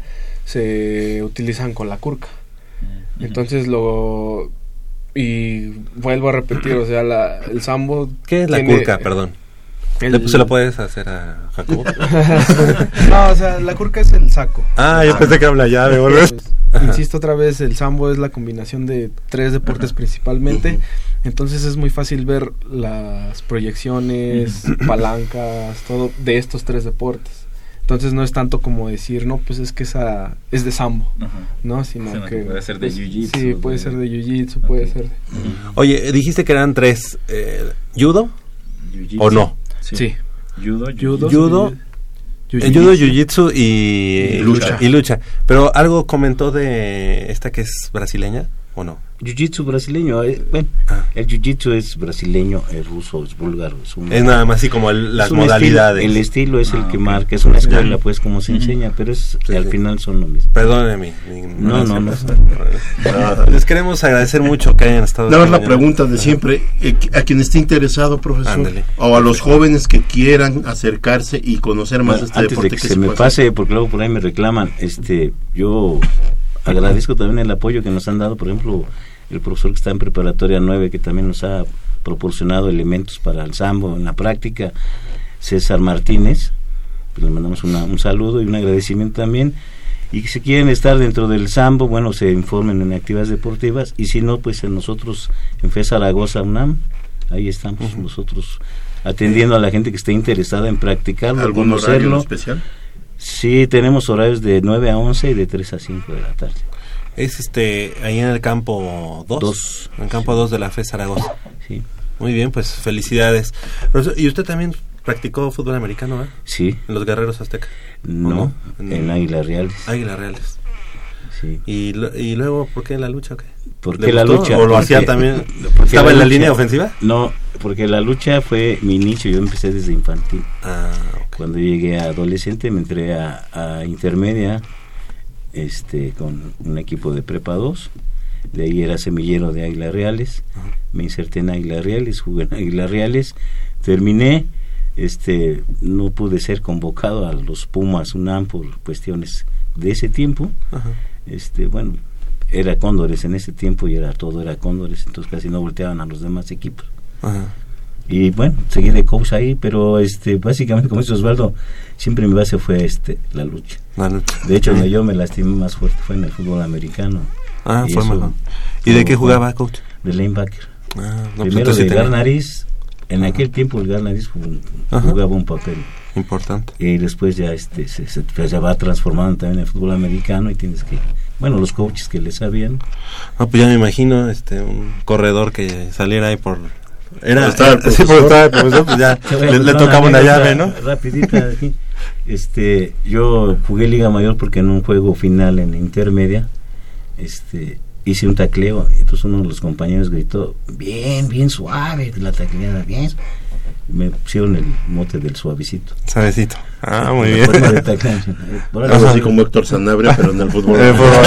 se utilizan con la curca. Uh-huh. Entonces lo... Y vuelvo a repetir, o sea, la, el sambo... ¿Qué es la tiene, curca, perdón? El... ¿Se lo puedes hacer a Jacobo? No, o sea, la curca es el saco. Ah, yo pensé que era la llave, ¿verdad? Insisto otra vez, el sambo es la combinación de tres deportes Ajá. principalmente, uh-huh. entonces es muy fácil ver las proyecciones, uh-huh. palancas, todo de estos tres deportes. Entonces no es tanto como decir, no, pues es que esa es de sambo, uh-huh. ¿no? Sino sí, que... Puede ser de pues, jiu-jitsu. Sí, puede de... ser de jiu-jitsu, okay. puede ser de... Uh-huh. Oye, dijiste que eran tres, eh, ¿judo? Jiu-jitsu. ¿O no? Sí. sí. Judo, judo, judo, el judo, jiu-jitsu y, y lucha. Y lucha. Pero algo comentó de esta que es brasileña, ¿o no? Jiu-jitsu brasileño, eh, bueno, ah. el jiu-jitsu es brasileño, es ruso, es búlgaro. Es, un, es nada más así como el, las modalidades. Estilo, el estilo es ah, el que okay. marca, es una escuela, pues, como se enseña, pero es sí, al sí. final son lo mismo. Perdóneme. No, no, no. no. Les queremos agradecer mucho que hayan estado. Nada más la pregunta de siempre, eh, a quien esté interesado, profesor, Ándale. o a los jóvenes que quieran acercarse y conocer más bueno, este antes deporte. De que, que se, se me pase, hacer. Porque luego por ahí me reclaman, este, yo agradezco también el apoyo que nos han dado, por ejemplo, el profesor que está en preparatoria nueve, que también nos ha proporcionado elementos para el sambo en la práctica, César Martínez, pues le mandamos una, un saludo y un agradecimiento también, y que si quieren estar dentro del sambo, bueno, se informen en actividades deportivas, y si no, pues en nosotros, en F E S Zaragoza UNAM, ahí estamos uh-huh. nosotros atendiendo a la gente que esté interesada en practicarlo, ¿algún horario especial? Sí, tenemos horarios de nueve a once y de tres a cinco de la tarde. Es este ahí en el campo dos, en el campo dos sí. de la F E S Zaragoza. Sí. Muy bien, pues felicidades. ¿Y usted también practicó fútbol americano, eh? Sí. ¿En los Guerreros Aztecas? No, no? En, en Águilas Reales. Águilas Reales. Sí. ¿Y, lo, y luego por qué la lucha o qué? ¿Por qué la lucha? ¿O lo hacía también? ¿Estaba en la línea ofensiva? No, porque la lucha fue mi inicio, yo empecé desde infantil. Ah, okay. Cuando llegué a adolescente me entré a, a intermedia, este con un equipo de prepa dos, de ahí era semillero de Águilas Reales, uh-huh. me inserté en Águilas Reales, jugué en Águilas Reales, terminé, este no pude ser convocado a los Pumas UNAM por cuestiones de ese tiempo, uh-huh. este bueno, era Cóndores en ese tiempo y era todo era Cóndores, entonces casi no volteaban a los demás equipos. Uh-huh. Y bueno, seguí de coach ahí, pero este básicamente, como dice Osvaldo, siempre mi base fue este la lucha. La lucha. De hecho, donde yo me lastimé más fuerte fue en el fútbol americano. Ah, y fue mejor. ¿Y de qué jugaba, coach? De linebacker. Ah, no, Primero pues de sí Garnariz. En Ajá. aquel tiempo el Garnariz jugaba un papel importante. Y después ya este se, se, se va transformando también en el fútbol americano y tienes que, bueno, los coaches que le sabían. Ah, pues ya me imagino este un corredor que saliera ahí por era estaba el sí, porque estaba el profesor, pues ya le, le tocaba una llave, ¿no? Rapidita. Este, yo jugué Liga Mayor porque en un juego final en intermedia, este, hice un tacleo, entonces uno de los compañeros gritó, bien, bien suave, la tacleada, bien. Me pusieron el mote del suavecito. Suavecito. Ah, muy bien. Algo así como Héctor Sanabria, pero en el fútbol.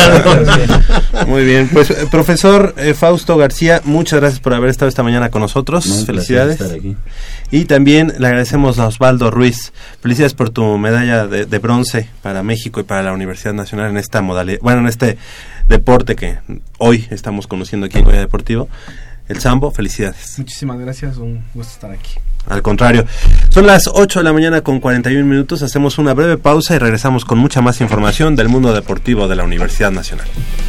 Muy bien. Pues, eh, profesor eh, Fausto García, muchas gracias por haber estado esta mañana con nosotros. No, felicidades. Estar aquí. Y también le agradecemos a Osvaldo Ruiz. Felicidades por tu medalla de, de bronce para México y para la Universidad Nacional en esta modalidad, bueno, en este deporte que hoy estamos conociendo aquí en Goya Deportivo. El sambo, felicidades. Muchísimas gracias, un gusto estar aquí. Al contrario. Son las ocho de la mañana con cuarenta y un minutos, hacemos una breve pausa y regresamos con mucha más información del mundo deportivo de la Universidad Nacional.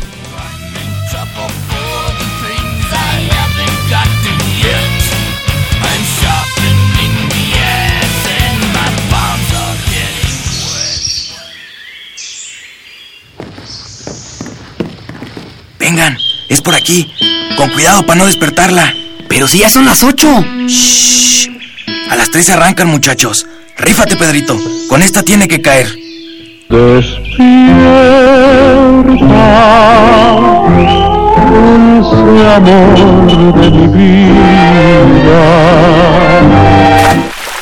Vengan, es por aquí. Con cuidado para no despertarla. Pero si ya son las ocho. Shh. A las tres arrancan, muchachos. Rífate, Pedrito. Con esta tiene que caer. Despierta, dulce amor de mi vida.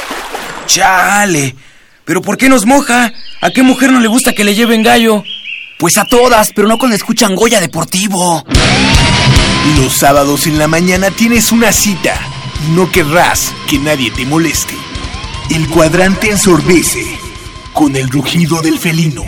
Chale. ¿Pero por qué nos moja? ¿A qué mujer no le gusta que le lleven gallo? Pues a todas, pero no cuando escuchan Goya Deportivo. Los sábados en la mañana tienes una cita y no querrás que nadie te moleste. El cuadrante ensordece con el rugido del felino.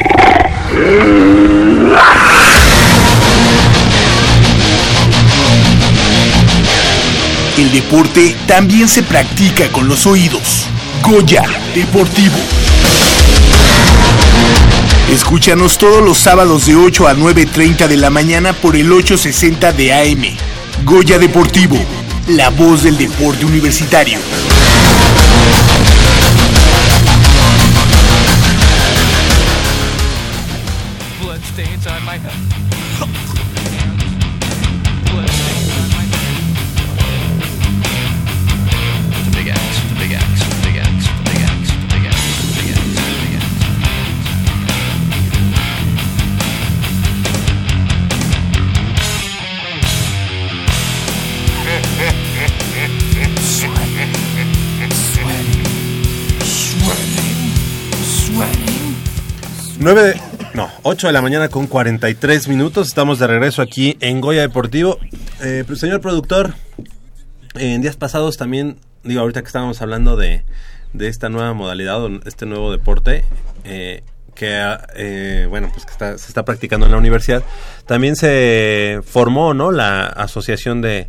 El deporte también se practica con los oídos. Goya Deportivo. Escúchanos todos los sábados de ocho a nueve treinta de la mañana por el ochocientos sesenta de A M. Goya Deportivo, la voz del deporte universitario. nueve, no, ocho de la mañana con cuarenta y tres minutos. Estamos de regreso aquí en Goya Deportivo. Eh, señor productor, en días pasados también, digo, ahorita que estábamos hablando de, de esta nueva modalidad, este nuevo deporte, eh, que, eh, bueno, pues que está, se está practicando en la universidad, también se formó, ¿no?, la asociación de...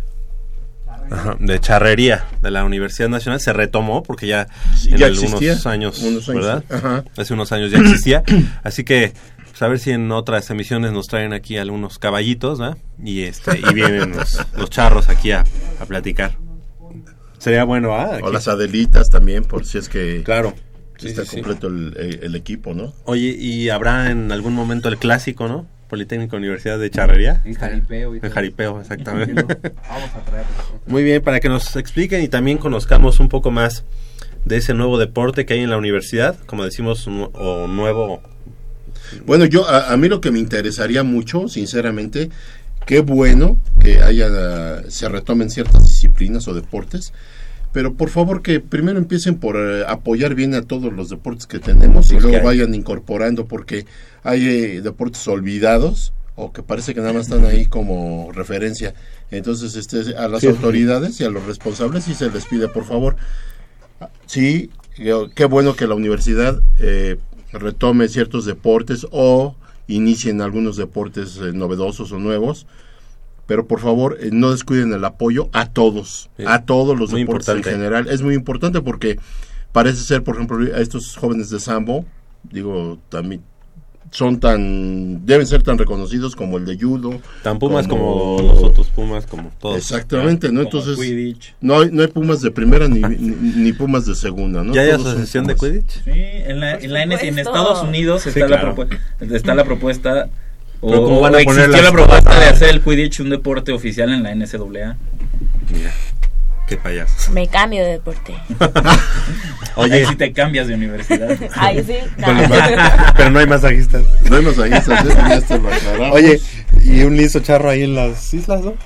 Ajá, de charrería de la Universidad Nacional. Se retomó porque ya, sí, en ya algunos años, unos años, ¿verdad? Ajá. Hace unos años ya existía. Así que pues a ver si en otras emisiones nos traen aquí algunos caballitos, ¿verdad? Y este y vienen los, los charros aquí a, a platicar. Sería bueno, ¿ah? O las Adelitas también, por si es que claro, sí, está sí, completo sí. El, el equipo, ¿no? Oye, y habrá en algún momento el clásico, ¿no? Politécnica Universidad de Charrería. En jaripeo. En jaripeo, exactamente. Vamos a traerlo. Muy bien, para que nos expliquen y también conozcamos un poco más de ese nuevo deporte que hay en la universidad, como decimos, o nuevo. Bueno, yo a, a mí lo que me interesaría mucho, sinceramente, qué bueno que haya se retomen ciertas disciplinas o deportes, pero por favor que primero empiecen por eh, apoyar bien a todos los deportes que tenemos y luego vayan incorporando, porque hay eh, deportes olvidados o que parece que nada más están ahí como referencia. Entonces este a las sí, autoridades y a los responsables sí se les pide, por favor, sí, qué bueno que la universidad eh, retome ciertos deportes o inicien algunos deportes eh, novedosos o nuevos, pero por favor eh, no descuiden el apoyo a todos, sí, a todos los deportes importante. En general. Es muy importante porque parece ser, por ejemplo, a estos jóvenes de sambo, digo, también son tan, deben ser tan reconocidos como el de judo, tan pumas como, como los otros pumas, como todos. Exactamente, ¿no? Entonces no hay, no hay pumas de primera ni, ni, ni pumas de segunda, ¿no? ¿Ya hay asociación de Quidditch? Sí, en la, en la N C, en Estados Unidos sí, está, claro. la propu- está la propuesta. O, ¿cómo van a poner existió la propuesta de hacer el Quidditch un deporte oficial en la N C A A. Mira, qué payasos. Me cambio de deporte. Oye, ahí sí te cambias de universidad. Ahí sí. No. Pero no hay masajistas. No hay masajistas, ¿eh? Ya te lo aclaramos. Oye, y un liso charro ahí en las islas, ¿no?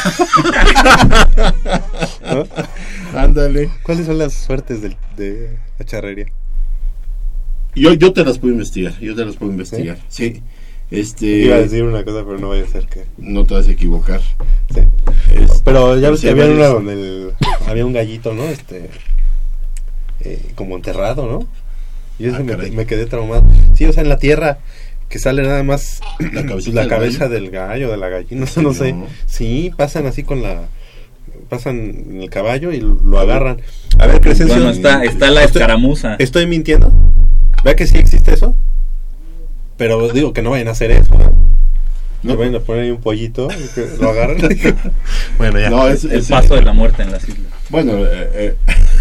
¿No? Ándale. ¿Cuáles son las suertes de, de la charrería? Yo, yo te las puedo investigar. Yo te las puedo investigar. Sí. sí. Este, iba a decir una cosa, pero no vaya a ser que no te vas a equivocar. Sí. Es, pero ya ves que había una donde el, había un gallito, ¿no? Este, eh, como enterrado, ¿no? Y eso ah, me, me quedé traumado. Sí, o sea, en la tierra que sale nada más la, la del cabeza gallo. del gallo, de la gallina, no, no sé. Sí, pasan así con la, pasan en el caballo y lo agarran. A ver, Crescencio. Bueno, está, está la escaramuza. ¿Estoy mintiendo? ¿Vea que sí existe eso? Pero digo que no vayan a hacer eso, ¿no? No vayan a poner ahí un pollito y que lo agarren. Bueno, ya. No, es, el es, paso eh, de la muerte en las islas. Bueno, eh, eh.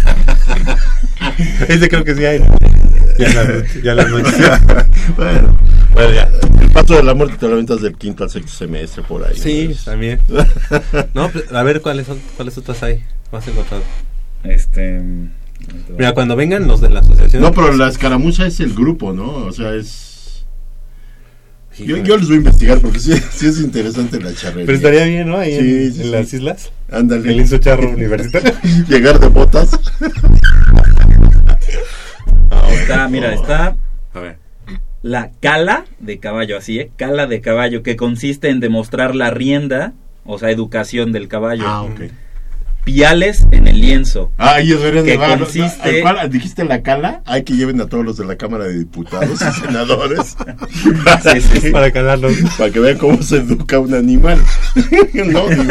ese creo que sí hay. Ya la, ya la noche. Bueno, bueno, ya. El paso de la muerte te lo aventas del quinto al sexto semestre por ahí. Sí, ¿no? También. No, a ver cuáles son, cuáles otras hay. ¿Has encontrado? Este. Mira, cuando vengan los de la asociación. No, pero la escaramuza es el grupo, ¿no? O sea, es. Yo, yo les voy a investigar porque sí, sí es interesante la charrería. Pero estaría bien, ¿no? Ahí sí, en, sí, en sí. las islas. Ándale. El liso charro universitario. Llegar de botas. Oh, está, mira, está. A ver. la cala de caballo, así, ¿eh? Cala de caballo, que consiste en demostrar la rienda, o sea, educación del caballo. Ah, ok. Piales en el lienzo. Ah, y deberían que de va, consiste... no, ¿cuál? ¿Dijiste la cala? Hay que lleven a todos los de la Cámara de Diputados y Senadores sí, sí, sí. para calarlos, para que vean cómo se educa un animal. No, digo.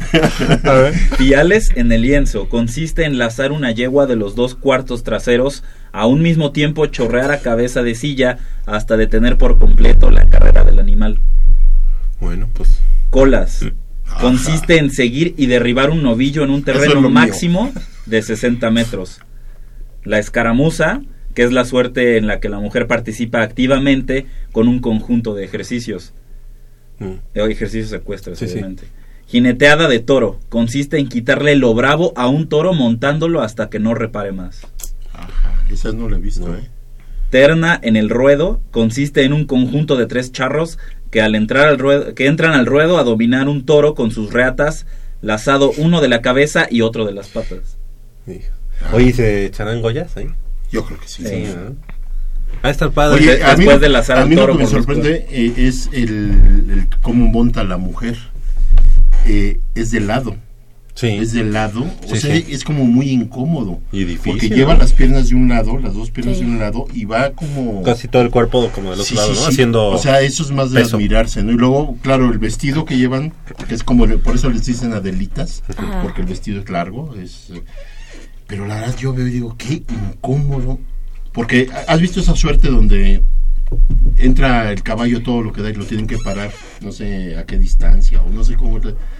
A ver. Piales en el lienzo consiste en lazar una yegua de los dos cuartos traseros, a un mismo tiempo chorrear a cabeza de silla hasta detener por completo la carrera del animal. Bueno, pues... Colas. Consiste en seguir y derribar un novillo en un terreno máximo de sesenta metros. La escaramuza, que es la suerte en la que la mujer participa activamente con un conjunto de ejercicios. Mm. Ejercicios ecuestres, sí, obviamente. Sí. Jineteada de toro. Consiste en quitarle lo bravo a un toro montándolo hasta que no repare más. Ajá, esa no la he visto, no. ¿eh? Terna en el ruedo. Consiste en un conjunto de tres charros que al entrar al ruedo, que entran al ruedo a dominar un toro con sus reatas, lazado uno de la cabeza y otro de las patas. Sí. Oye, ¿se echarán Goyas ahí? Yo creo que sí. sí. sí ¿no? Va a estar padre. Oye, después mí, de lazar al toro. A mí lo que me sorprende eh, es el, el cómo monta la mujer. Eh, es de lado. Sí. Es de lado, o sí, sea, sí. es como muy incómodo. Y difícil. Porque lleva, ¿no?, las piernas de un lado, las dos piernas sí. de un lado, y va como... Casi todo el cuerpo como del otro sí, lado, sí, ¿no? Sí. Haciendo O sea, eso es más de peso. Admirarse, ¿no? Y luego, claro, el vestido que llevan, que es como, por eso les dicen Adelitas, Ajá. porque el vestido es largo, es... Pero la verdad yo veo y digo, qué incómodo. Porque, ¿has visto esa suerte donde entra el caballo todo lo que da y lo tienen que parar, no sé a qué distancia, o no sé cómo...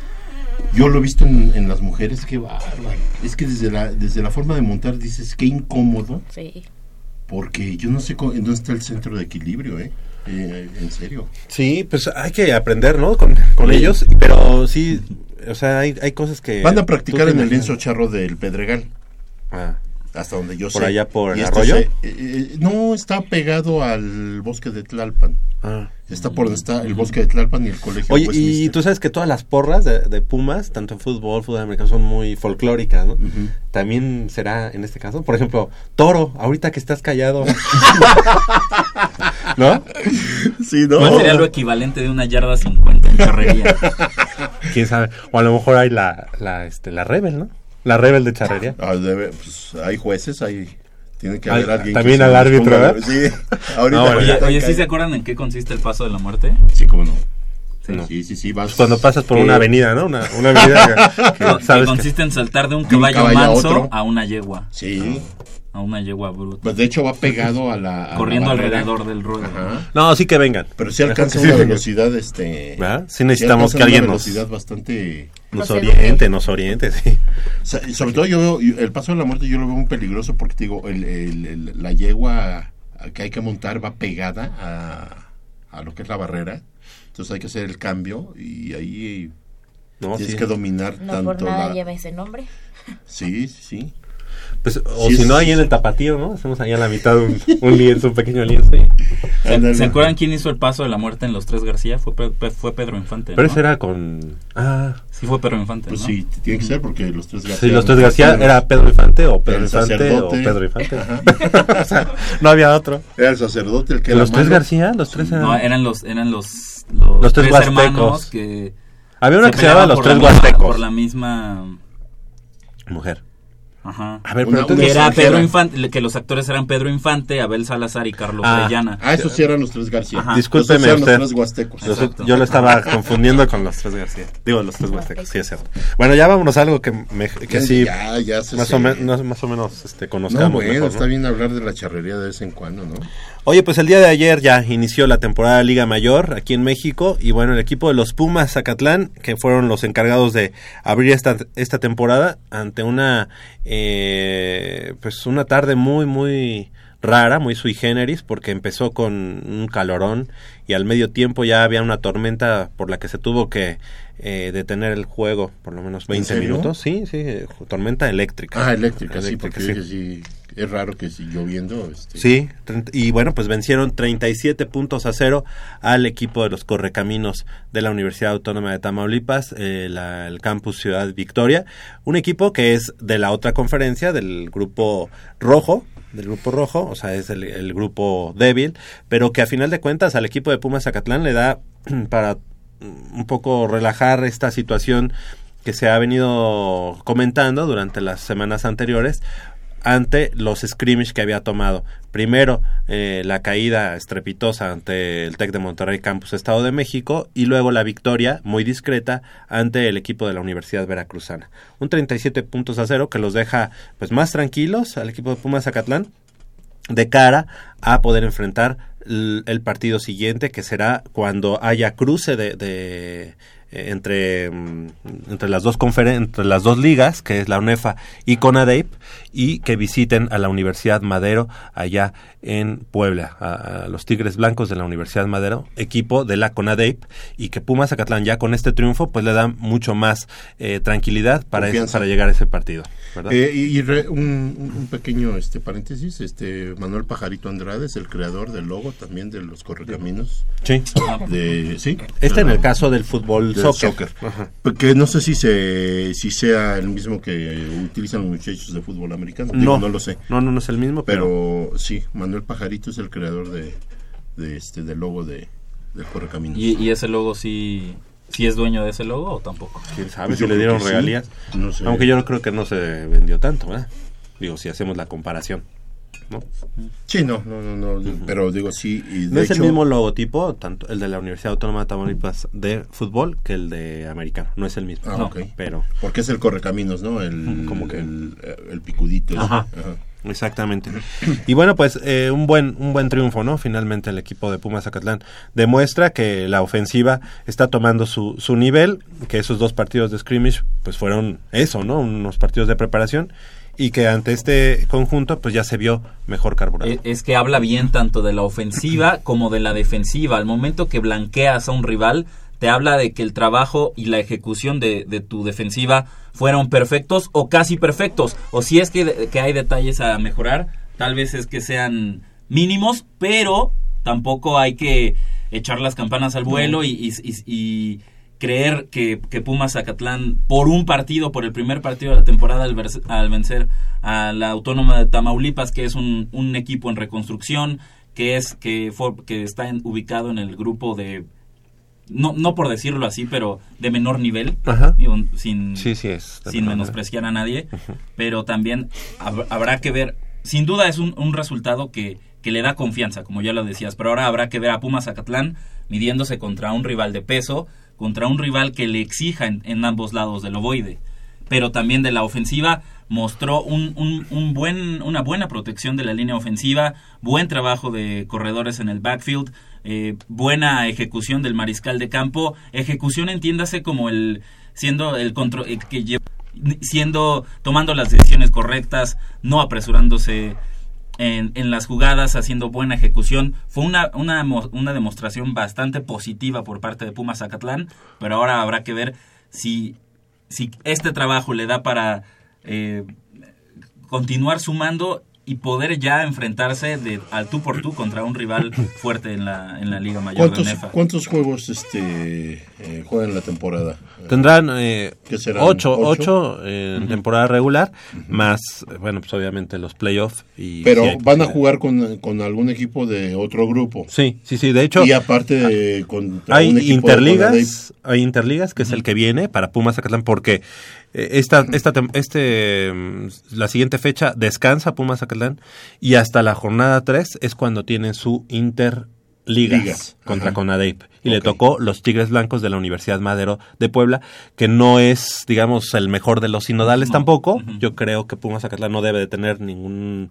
Yo lo he visto en, en las mujeres, qué bárbaro. Es que desde la desde la forma de montar dices, qué incómodo. Sí. Porque yo no sé cómo, dónde está el centro de equilibrio, ¿eh? eh en serio. Sí, pues hay que aprender, ¿no? Con, con sí. ellos, pero sí, o sea, hay, hay cosas que... Van a practicar en el lienzo charro del Pedregal. Ah. Hasta donde yo ¿Por sé. ¿Por allá por el arroyo? Se, eh, no, está pegado al bosque de Tlalpan. Ah. Está por donde está el bosque de Tlalpan y el colegio. Oye, y tú sabes que todas las porras de, de Pumas, tanto en fútbol, fútbol americano, son muy folclóricas, ¿no? Uh-huh. También será en este caso, por ejemplo, Toro, ahorita que estás callado. ¿No? Sí, ¿no? ¿Cuál sería lo equivalente de una yarda cincuenta en charrería? ¿Quién sabe? O a lo mejor hay la, la, este, la Rebel, ¿no? La Rebel de charrería. Ah, debe, pues, hay jueces, hay... Tiene que haber Al, alguien también que al árbitro, ¿verdad? Sí, ahorita. No, oye, oye, ¿sí se acuerdan en qué consiste el paso de la muerte? Sí, cómo no. Sí, no. sí, sí, sí vas, pues cuando pasas por que, una avenida, ¿no? Una, una avenida que, que, no, sabes que consiste que... en saltar de un caballo, un caballo manso a, a una yegua. Sí. A una yegua bruta. Pues de hecho va pegado a la... A corriendo la alrededor del ruedo. Ajá. No, sí que vengan. Pero si sí alcanza una velocidad, este... ¿verdad? Sí necesitamos sí que alguien una nos... velocidad bastante... Nos oriente, nos oriente, sí. O sea, sobre todo yo veo, el paso de la muerte yo lo veo muy peligroso porque te digo, el, el, el, la yegua que hay que montar va pegada a, a lo que es la barrera. Entonces hay que hacer el cambio y ahí no, tienes sí. que dominar no tanto por nada la... lleva ese nombre. Sí, sí. Pues, o sí, si no, sí, ahí sí. en el tapatío, ¿no? Hacemos ahí a la mitad un, un lienzo, un pequeño lienzo. Y... ¿Se, ¿Se acuerdan quién hizo el paso de la muerte en Los Tres García? Fue, fue Pedro Infante, Pero ¿no? ese era con... Ah... Sí fue Pedro Infante, Pues ¿no? sí, tiene que ser porque Los Tres García... Sí, Los Tres García era Pedro Infante o Pedro el Infante sacerdote. o Pedro Infante. O sea, no había otro. Era el sacerdote el que... ¿Los Tres García? Los tres eran... No, eran los... Eran los, los, los tres, tres hermanos que... Había una que se llamaba Los Tres Huastecos. Por la misma... Mujer. Ajá. A ver, una, pero que era Pedro Infante, que los actores eran Pedro Infante, Abel Salazar y Carlos ah, Orellana. Ah, esos sí eran Los Tres García. Ajá. Discúlpeme usted. Los Tres Huastecos. Yo, yo lo estaba confundiendo con Los Tres García. Digo, Los Tres Huastecos, sí es cierto. Bueno, ya vámonos a algo que, me, que sí ya, ya se más, se... o me, no, más o menos este, conozcamos. No, bueno, mejor, está ¿no? bien hablar de la charrería de vez en cuando, ¿no? Oye, pues el día de ayer ya inició la temporada de Liga Mayor aquí en México y bueno, el equipo de los Pumas Zacatlán, que fueron los encargados de abrir esta, esta temporada ante una eh, pues una tarde muy muy rara, muy sui generis, porque empezó con un calorón y al medio tiempo ya había una tormenta por la que se tuvo que eh, detener el juego por lo menos veinte minutos. Sí, sí, eh, tormenta eléctrica. Ah, eléctrica, eléctrica sí, porque sí. sí, es raro que si lloviendo. Este... Sí, y bueno, pues vencieron treinta y siete puntos a cero al equipo de los Correcaminos de la Universidad Autónoma de Tamaulipas, eh, la, el campus Ciudad Victoria, un equipo que es de la otra conferencia, del grupo rojo, del grupo rojo, o sea, es el, el grupo débil, pero que a final de cuentas al equipo de Pumas Zacatlán le da para un poco relajar esta situación que se ha venido comentando durante las semanas anteriores ante los scrimmage que había tomado. Primero, eh, la caída estrepitosa ante el TEC de Monterrey Campus Estado de México, y luego la victoria muy discreta ante el equipo de la Universidad Veracruzana. Un treinta y siete puntos a cero que los deja pues más tranquilos al equipo de Pumas Zacatlán de cara a poder enfrentar el, el partido siguiente, que será cuando haya cruce de... de entre entre las dos conferen- entre las dos ligas, que es la UNEFA y CONADEIP, y que visiten a la Universidad Madero allá en Puebla, a, a los Tigres Blancos de la Universidad Madero, equipo de la CONADEIP, y que Pumas Zacatlán ya con este triunfo pues le da mucho más eh, tranquilidad para ese, para llegar a ese partido, ¿verdad? Eh, y y re, un, un pequeño este paréntesis, este Manuel Pajarito Andrade es el creador del logo también de los Correcaminos. Sí. De, sí. Este en el caso del fútbol del soccer. soccer. Porque no sé si se si sea el mismo que utilizan los muchachos de fútbol americano. No, Digo, no lo sé. No, no, no es el mismo, pero, pero sí, Manuel Pajarito es el creador de, de este del logo de del Correcaminos. ¿Y, y ese logo sí sí es dueño de ese logo o tampoco? ¿Quién sabe Pues si le dieron regalías? Sí. No sé. Aunque yo no creo que no se vendió tanto, ¿verdad? Digo, si hacemos la comparación, ¿no? Sí, no, no, no, no uh-huh. pero digo sí. Y de no es hecho, el mismo logotipo, tanto el de la Universidad Autónoma de Tamaulipas de fútbol que el de americano, no es el mismo. Ah, no, ok. Pero porque es el Correcaminos, ¿no? El, como que el, el picudito. Ajá. Ajá. Exactamente. Y bueno, pues eh, un buen un buen triunfo, ¿no? Finalmente el equipo de Pumas Zacatlán demuestra que la ofensiva está tomando su, su nivel, que esos dos partidos de scrimmage pues fueron eso, ¿no? Unos partidos de preparación, y que ante este conjunto pues ya se vio mejor carburado. Es, es que habla bien tanto de la ofensiva como de la defensiva. Al momento que blanqueas a un rival, te habla de que el trabajo y la ejecución de, de tu defensiva fueron perfectos o casi perfectos. O si es que, que hay detalles a mejorar, tal vez es que sean mínimos, pero tampoco hay que echar las campanas al vuelo no. y, y, y, y creer que, que Pumas Zacatlán por un partido, por el primer partido de la temporada al, vers- al vencer a la Autónoma de Tamaulipas, que es un, un equipo en reconstrucción, que es que, for, que está en, ubicado en el grupo de no no por decirlo así, pero de menor nivel, digo, sin sí, sí es, sin menospreciar a nadie, uh-huh. pero también hab- habrá que ver, sin duda es un, un resultado que, que le da confianza, como ya lo decías, pero ahora habrá que ver a Pumas Zacatlán midiéndose contra un rival de peso, contra un rival que le exija en, en ambos lados del ovoide, pero también de la ofensiva mostró un, un, un buen una buena protección de la línea ofensiva, buen trabajo de corredores en el backfield, eh, buena ejecución del mariscal de campo, ejecución entiéndase como el siendo el control eh, que lleva, siendo tomando las decisiones correctas, no apresurándose en, en las jugadas, haciendo buena ejecución. Fue una, una una demostración bastante positiva por parte de Pumas Zacatlán, pero ahora habrá que ver si si este trabajo le da para eh, continuar sumando y poder ya enfrentarse de al tú por tú contra un rival fuerte en la en la Liga Mayor de Nefa. ¿Cuántos juegos este eh, juegan la temporada? Tendrán eh, ocho, ¿Ocho? ocho en Uh-huh. temporada regular, uh-huh. más, bueno, pues obviamente los playoffs. Y Pero sí, van a jugar con, con algún equipo de otro grupo. Sí, sí, sí, de hecho. Y aparte de, con hay un equipo interligas, de hay interligas, que uh-huh. es el que viene para Pumas Zacatlán, porque esta, esta, este, la siguiente fecha descansa Pumas Zacatlán, y hasta la jornada tres es cuando tienen su interligas Ligas. contra Ajá. CONADEIP, y okay. le tocó los Tigres Blancos de la Universidad Madero de Puebla, que no es, digamos, el mejor de los sinodales no. tampoco. Uh-huh. Yo creo que Pumas Zacatlán no debe de tener ningún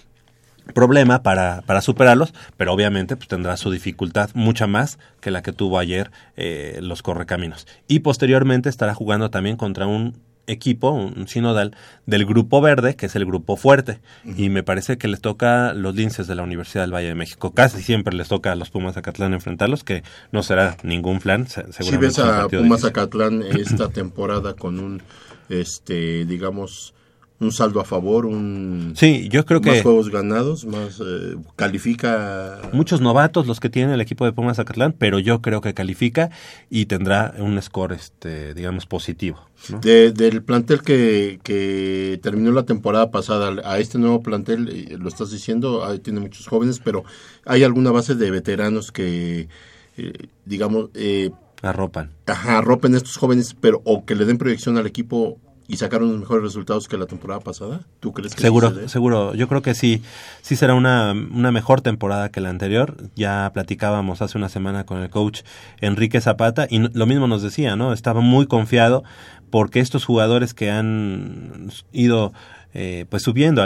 problema para, para superarlos, pero obviamente pues tendrá su dificultad mucha más que la que tuvo ayer eh, los Correcaminos. Y posteriormente estará jugando también contra un equipo, un sinodal, del Grupo Verde, que es el grupo fuerte, uh-huh. y me parece que les toca los Linces de la Universidad del Valle de México. Casi siempre les toca a los Pumas Zacatlán enfrentarlos, que no será ningún flan, seguramente. Si ves a Pumas Zacatlán esta temporada con un, este, digamos, un saldo a favor, un sí, yo creo más que juegos ganados, más eh, califica. Muchos novatos los que tiene el equipo de Pumas Zacatlán, pero yo creo que califica y tendrá un score, este, digamos, positivo, ¿no? De, del plantel que, que terminó la temporada pasada a este nuevo plantel, lo estás diciendo, ahí tiene muchos jóvenes, pero hay alguna base de veteranos que, eh, digamos, eh, arropan. Ajá, arropen estos jóvenes, pero o que le den proyección al equipo y sacaron los mejores resultados que la temporada pasada. ¿Tú crees que seguro, sí seguro? Yo creo que sí, sí será una, una mejor temporada que la anterior. Ya platicábamos hace una semana con el coach Enrique Zapata y lo mismo nos decía, ¿no? Estaba muy confiado porque estos jugadores que han ido eh, pues subiendo a,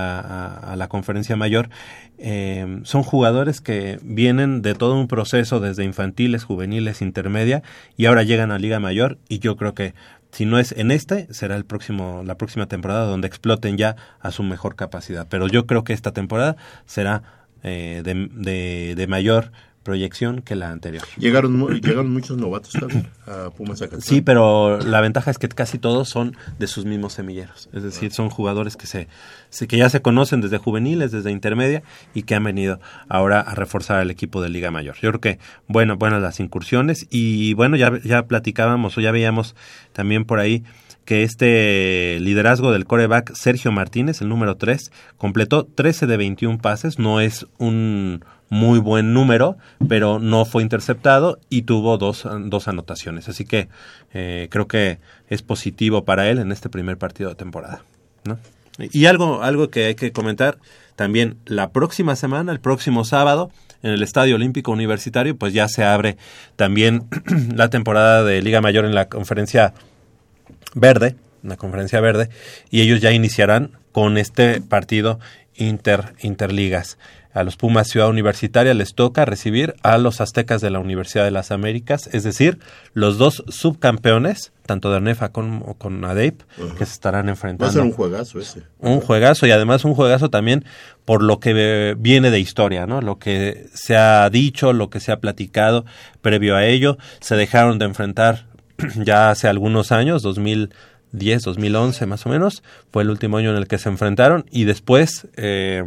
a, a la conferencia mayor eh, son jugadores que vienen de todo un proceso desde infantiles, juveniles, intermedia y ahora llegan a Liga Mayor y yo creo que si no es en este, será el próximo, la próxima temporada donde exploten ya a su mejor capacidad. Pero yo creo que esta temporada será eh, de, de, de mayor proyección que la anterior. Llegaron llegaron muchos novatos también a Pumas Zacatlán. Sí, pero la ventaja es que casi todos son de sus mismos semilleros. Es decir, son jugadores que se, se que ya se conocen desde juveniles, desde intermedia y que han venido ahora a reforzar el equipo de Liga Mayor. Yo creo que, bueno, buenas las incursiones y bueno, ya, ya platicábamos o ya veíamos también por ahí que este liderazgo del quarterback Sergio Martínez, el número tres, completó trece de veintiún pases, no es un muy buen número, pero no fue interceptado y tuvo dos, dos anotaciones. Así que eh, creo que es positivo para él en este primer partido de temporada, ¿no? Y algo, algo que hay que comentar, también la próxima semana, el próximo sábado, en el Estadio Olímpico Universitario, pues ya se abre también la temporada de Liga Mayor en la Conferencia Verde, la Conferencia Verde, y ellos ya iniciarán con este partido inter interligas. A los Pumas Ciudad Universitaria les toca recibir a los Aztecas de la Universidad de las Américas, es decir, los dos subcampeones, tanto de ONEFA como con ADEIP, uh-huh. que se estarán enfrentando. Va a ser un juegazo ese. Un juegazo y además un juegazo también por lo que viene de historia, ¿no? Lo que se ha dicho, lo que se ha platicado previo a ello. Se dejaron de enfrentar ya hace algunos años, dos mil diez, dos mil once más o menos, fue el último año en el que se enfrentaron y después eh,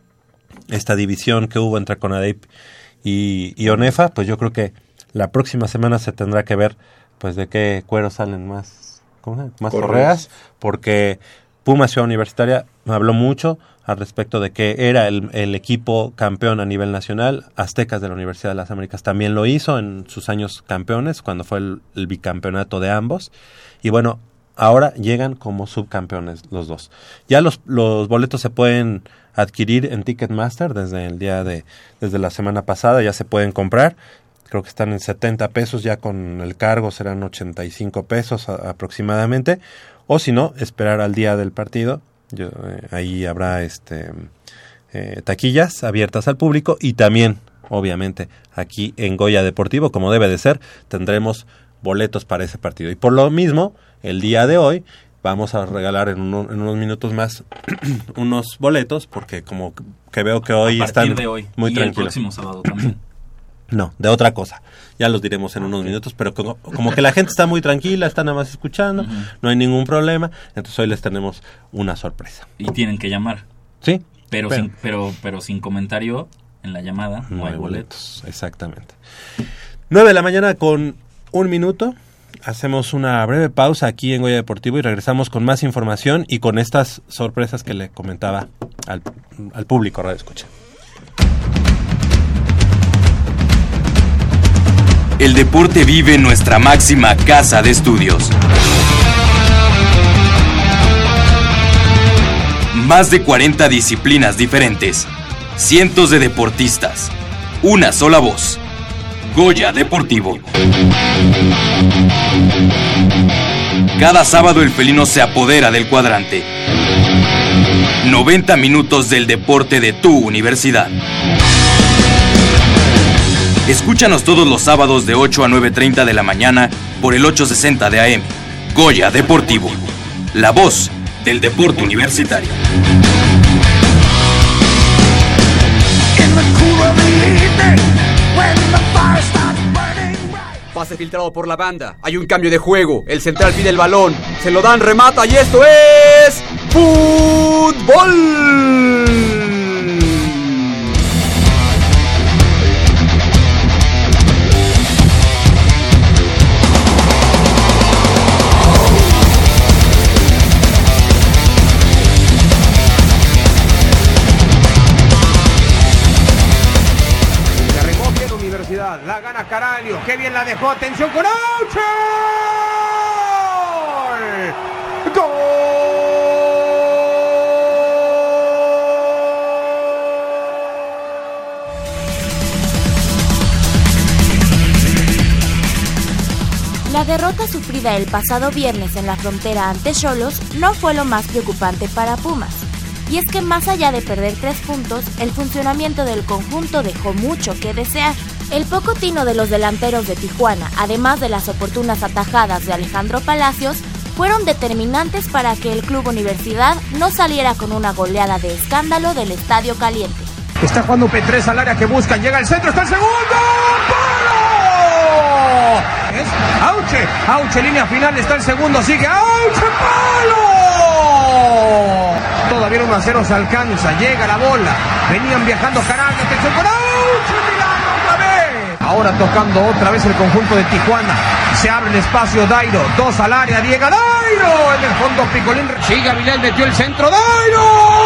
esta división que hubo entre CONADEIP y, y ONEFA, pues yo creo que la próxima semana se tendrá que ver pues de qué cuero salen más, ¿cómo se? más correas, correas porque Pumas Ciudad Universitaria habló mucho al respecto de que era el, el equipo campeón a nivel nacional. Aztecas de la Universidad de las Américas también lo hizo en sus años campeones, cuando fue el, el bicampeonato de ambos. Y bueno, ahora llegan como subcampeones los dos. Ya los, los boletos se pueden adquirir en Ticketmaster desde el día de, desde la semana pasada, ya se pueden comprar. Creo que están en setenta pesos, ya con el cargo serán ochenta y cinco pesos a, aproximadamente. O si no, esperar al día del partido. Yo, eh, ahí habrá este eh, taquillas abiertas al público y también, obviamente, aquí en Goya Deportivo, como debe de ser, tendremos boletos para ese partido. Y por lo mismo, el día de hoy vamos a regalar en, uno, en unos minutos más unos boletos, porque como que veo que hoy están de hoy. muy y tranquilos. El próximo sábado también. No, de otra cosa. Ya los diremos en unos minutos, pero como, como que la gente está muy tranquila, está nada más escuchando, uh-huh. no hay ningún problema, entonces hoy les tenemos una sorpresa. Y tienen que llamar. Sí. Pero, pero. Sin, pero, pero sin comentario en la llamada, no, no hay boletos. boletos. Exactamente. nueve de la mañana con un minuto. Hacemos una breve pausa aquí en Goya Deportivo y regresamos con más información y con estas sorpresas que le comentaba al, al público Radio Escucha. El deporte vive en nuestra máxima casa de estudios. Más de cuarenta disciplinas diferentes, cientos de deportistas, una sola voz. Goya Deportivo. Cada sábado el felino se apodera del cuadrante. noventa minutos del deporte de tu universidad. Escúchanos todos los sábados de ocho a nueve treinta de la mañana por el ochocientos sesenta de A M. Goya Deportivo. la voz del deporte universitario. Pase filtrado por la banda. Hay un cambio de juego. El central pide el balón. Se lo dan, remata y esto es... ¡Fútbol! La gana Caraglio, qué bien la dejó, atención con Auche. ¡Gol! La derrota sufrida el pasado viernes en la frontera ante Xolos no fue lo más preocupante para Pumas. Y es que más allá de perder tres puntos, el funcionamiento del conjunto dejó mucho que desear. El poco tino de los delanteros de Tijuana, además de las oportunas atajadas de Alejandro Palacios, fueron determinantes para que el Club Universidad no saliera con una goleada de escándalo del Estadio Caliente. Está jugando P tres al área que busca, llega al centro, está el segundo. ¡Palo! Es Auche, Auche, línea final, está el segundo, sigue Auche, ¡palo! Todavía uno a cero se alcanza, llega la bola, venían viajando Caraglio, atención con Auche, mirando otra vez. Ahora tocando otra vez el conjunto de Tijuana, se abre el espacio, Dairo, dos al área, llega Dairo, en el fondo Picolín, sigue Avilés, metió el centro, Dairo,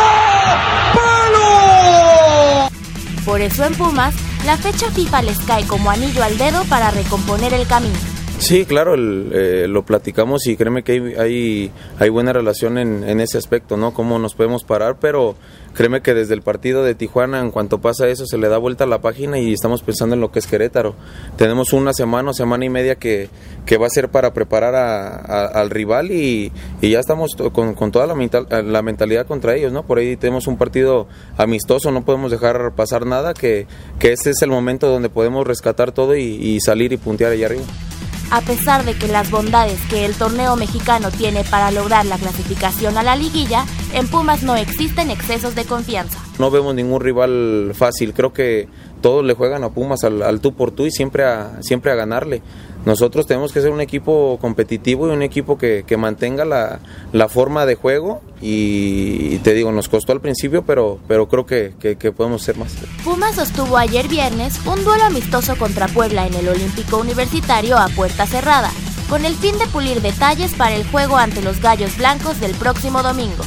¡palo! Por eso en Pumas, la fecha FIFA les cae como anillo al dedo para recomponer el camino. Sí, claro, el, eh, lo platicamos y créeme que hay, hay, hay buena relación en, en ese aspecto, ¿no? Cómo nos podemos parar, pero créeme que desde el partido de Tijuana, en cuanto pasa eso, se le da vuelta a la página y estamos pensando en lo que es Querétaro. Tenemos una semana o semana y media que, que va a ser para preparar a, a, al rival y, y ya estamos con, con toda la, mental, la mentalidad contra ellos, ¿no? Por ahí tenemos un partido amistoso, no podemos dejar pasar nada, que, que ese es el momento donde podemos rescatar todo y, y salir y puntear allá arriba. A pesar de que las bondades que el torneo mexicano tiene para lograr la clasificación a la liguilla, en Pumas no existen excesos de confianza. No vemos ningún rival fácil, creo que todos le juegan a Pumas al, al tú por tú y siempre a, siempre a ganarle. Nosotros tenemos que ser un equipo competitivo y un equipo que, que mantenga la, la forma de juego y, y te digo, nos costó al principio, pero, pero creo que, que, que podemos ser más. Pumas sostuvo ayer viernes un duelo amistoso contra Puebla en el Olímpico Universitario a puerta cerrada, con el fin de pulir detalles para el juego ante los Gallos Blancos del próximo domingo.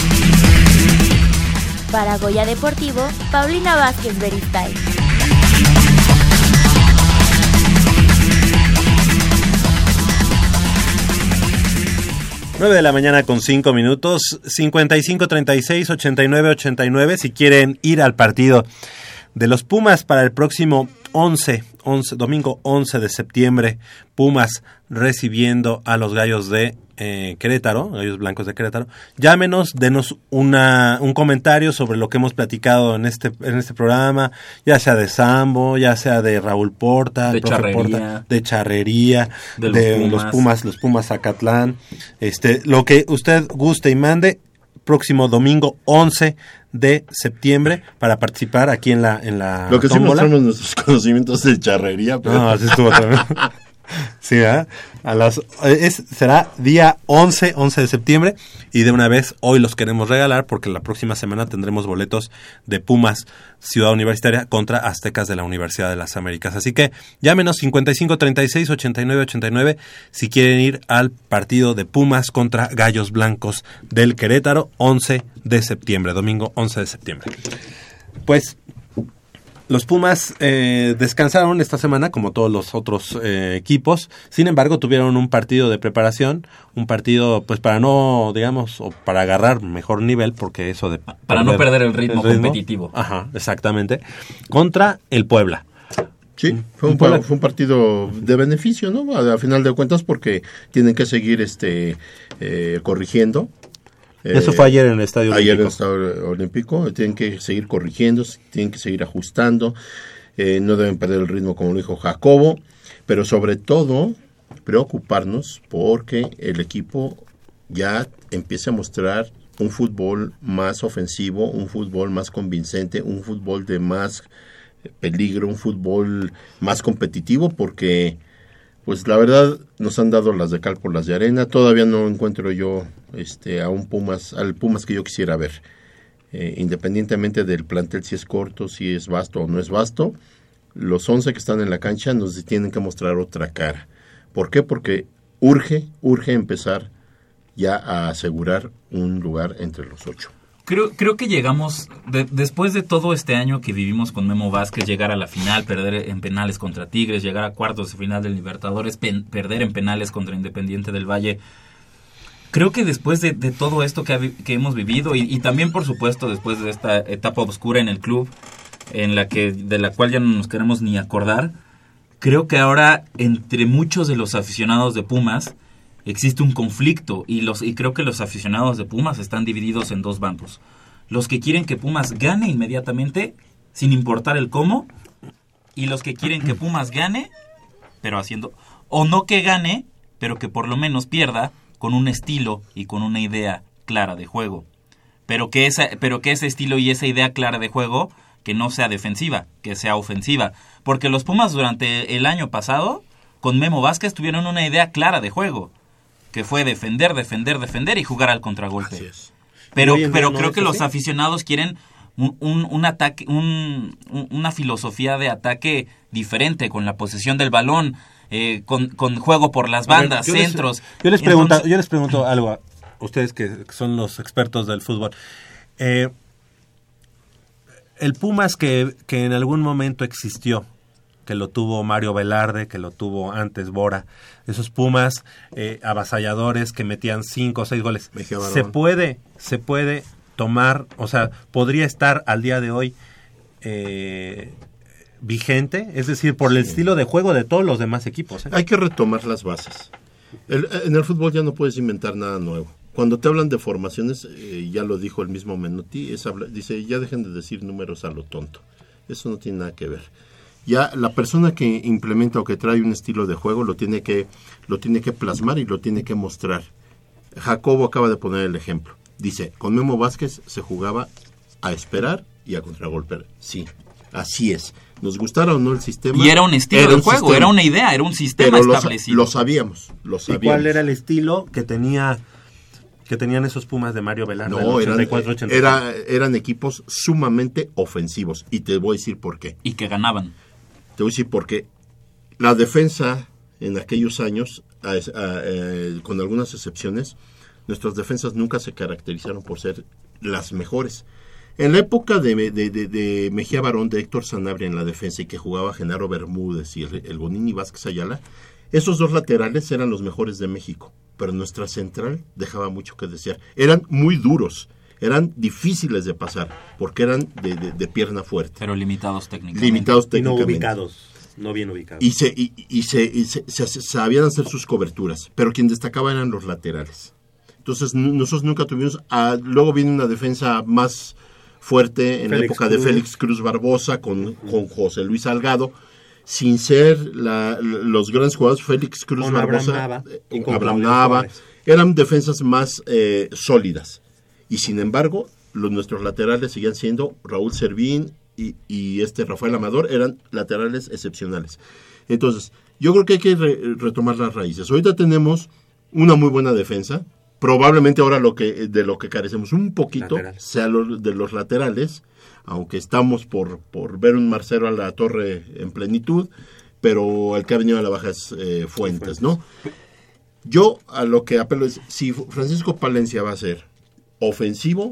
Para Goya Deportivo, Paulina Vázquez Beristain. nueve de la mañana con cinco minutos, cincuenta y cinco treinta y seis ochenta y nueve ochenta y nueve, si quieren ir al partido de los Pumas para el próximo once, once, domingo once de septiembre, Pumas recibiendo a los Gallos de eh, Querétaro, Gallos Blancos de Querétaro. Llámenos, denos una, un comentario sobre lo que hemos platicado en este en este programa, ya sea de Sambo, ya sea de Raúl Porta, de Charrería, Porta, de Charrería, de, de los, Pumas. los Pumas, los Pumas Zacatlán, este, lo que usted guste y mande, próximo domingo once de septiembre para participar aquí en la en la Lo que tómbola. sí mostramos nuestros conocimientos de charrería, pero... No, así estuvo también. Sí, ¿eh? A las es será día once, once de septiembre y de una vez hoy los queremos regalar porque la próxima semana tendremos boletos de Pumas Ciudad Universitaria contra Aztecas de la Universidad de las Américas. Así que llámenos cincuenta y cinco treinta y seis ochenta y nueve ochenta y nueve si quieren ir al partido de Pumas contra Gallos Blancos del Querétaro, once de septiembre, domingo once de septiembre. Pues los Pumas eh, descansaron esta semana como todos los otros eh, equipos, sin embargo tuvieron un partido de preparación, un partido pues para no, digamos, o para agarrar mejor nivel, porque eso de... Para perder, no perder el ritmo, el ritmo competitivo. Ajá, exactamente, contra el Puebla. Sí, fue un, fue un partido de beneficio, ¿no? A, a final de cuentas porque tienen que seguir este eh, corrigiendo. Eso fue ayer en el Estadio Olímpico. Ayer en el Estadio Olímpico. Tienen que seguir corrigiendo, tienen que seguir ajustando. Eh, no deben perder el ritmo, como lo dijo Jacobo. Pero sobre todo, preocuparnos porque el equipo ya empiece a mostrar un fútbol más ofensivo, un fútbol más convincente, un fútbol de más peligro, un fútbol más competitivo, porque pues la verdad nos han dado las de cal por las de arena. Todavía no encuentro yo este a un Pumas, al Pumas que yo quisiera ver, eh, independientemente del plantel, si es corto, si es vasto o no es vasto. Los once que están en la cancha nos tienen que mostrar otra cara. ¿Por qué? Porque urge, urge empezar ya a asegurar un lugar entre los ocho. Creo, creo que llegamos, de, después de todo este año que vivimos con Memo Vázquez, llegar a la final, perder en penales contra Tigres, llegar a cuartos de final del Libertadores, pen, perder en penales contra Independiente del Valle. Creo que después de, de todo esto que, ha, que hemos vivido, y, y también por supuesto después de esta etapa oscura en el club, en la que de la cual ya no nos queremos ni acordar, creo que ahora entre muchos de los aficionados de Pumas existe un conflicto, y los y creo que los aficionados de Pumas están divididos en dos bandos. Los que quieren que Pumas gane inmediatamente, sin importar el cómo, y los que quieren que Pumas gane, pero haciendo, o no que gane, pero que por lo menos pierda con un estilo y con una idea clara de juego. Pero que esa, pero que ese estilo y esa idea clara de juego, que no sea defensiva, que sea ofensiva. Porque los Pumas durante el año pasado, con Memo Vázquez, tuvieron una idea clara de juego, que fue defender, defender, defender y jugar al contragolpe. Así es. Pero, pero no creo que los así. aficionados quieren un, un, un ataque, un, un, una filosofía de ataque diferente, con la posesión del balón, eh, con, con juego por las bandas, ver, yo centros. Les, yo, les pregunto, Entonces, yo les pregunto algo a ustedes que son los expertos del fútbol. Eh, el Pumas que, que en algún momento existió, que lo tuvo Mario Velarde, que lo tuvo antes Bora, esos Pumas eh, avasalladores que metían cinco o seis goles. Se puede, se puede tomar, o sea, podría estar al día de hoy eh, vigente, es decir, por el sí. estilo de juego de todos los demás equipos. ¿eh? Hay que retomar las bases. El, en el fútbol ya no puedes inventar nada nuevo. Cuando te hablan de formaciones, eh, ya lo dijo el mismo Menotti, es habla, dice, ya dejen de decir números a lo tonto. Eso no tiene nada que ver. Ya la persona que implementa o que trae un estilo de juego lo tiene que lo tiene que plasmar y lo tiene que mostrar. Jacobo acaba de poner el ejemplo. Dice, con Memo Vázquez se jugaba a esperar y a contragolpear. Sí, así es. Nos gustara o no el sistema. Y era un estilo de juego, sistema, era una idea, era un sistema pero establecido. Lo, lo sabíamos, lo sabíamos. ¿Y cuál era el estilo que tenía que tenían esos Pumas de Mario Velarde? No, ochenta y cuatro, eran, era, eran equipos sumamente ofensivos. Y te voy a decir por qué. Y que ganaban. Te voy a decir porque la defensa en aquellos años, a, a, a, con algunas excepciones, nuestras defensas nunca se caracterizaron por ser las mejores. En la época de, de, de, de Mejía Barón, de Héctor Sanabria en la defensa y que jugaba Genaro Bermúdez y el, el Bonini Vázquez Ayala, esos dos laterales eran los mejores de México, pero nuestra central dejaba mucho que desear. Eran muy duros. Eran difíciles de pasar, porque eran de, de, de pierna fuerte. Pero limitados técnicamente. Limitados técnicamente. Y no ubicados, no bien ubicados. Y, se, y, y, se, y se, se, se sabían hacer sus coberturas, pero quien destacaba eran los laterales. Entonces nosotros nunca tuvimos... A, luego viene una defensa más fuerte en Félix la época Cruz. de Félix Cruz Barbosa, con, con José Luis Salgado, sin ser la, los grandes jugadores. Félix Cruz con Barbosa, Abraham Nava, eh, Abraham Nava eran defensas más eh, sólidas. Y sin embargo, los nuestros laterales seguían siendo Raúl Servín y, y este Rafael Amador, eran laterales excepcionales. Entonces, yo creo que hay que re, retomar las raíces. Ahorita tenemos una muy buena defensa. Probablemente ahora lo que de lo que carecemos un poquito Lateral. sea lo, de los laterales, aunque estamos por, por ver un Marcelo a la Torre en plenitud, pero el que ha venido a la baja es eh, Fuentes, ¿no? Yo a lo que apelo es, si Francisco Palencia va a ser ofensivo,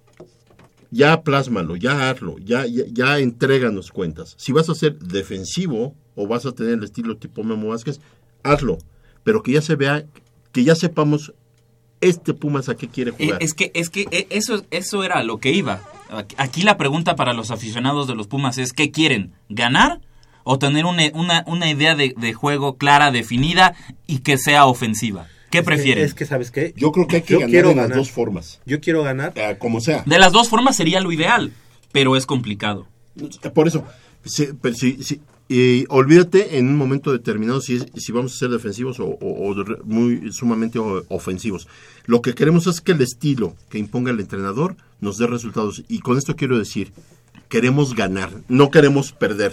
ya plásmalo, ya hazlo, ya, ya, ya entréganos cuentas. Si vas a ser defensivo o vas a tener el estilo tipo Memo Vázquez, hazlo, pero que ya se vea, que ya sepamos este Pumas a qué quiere jugar. Es que, es que eso, eso era lo que iba. Aquí la pregunta para los aficionados de los Pumas es, ¿qué quieren? ¿Ganar? ¿O tener una, una, una idea de, de juego clara, definida y que sea ofensiva? ¿Qué es prefieren? Que, es que, ¿sabes qué? Yo creo que hay que Yo ganar de ganar. las dos formas. Yo quiero ganar. Eh, como sea. De las dos formas sería lo ideal, pero es complicado. Por eso, si, pero si, si, Y olvídate en un momento determinado si, es, si vamos a ser defensivos o, o, o muy sumamente ofensivos. Lo que queremos es que el estilo que imponga el entrenador nos dé resultados. Y con esto quiero decir, queremos ganar, no queremos perder.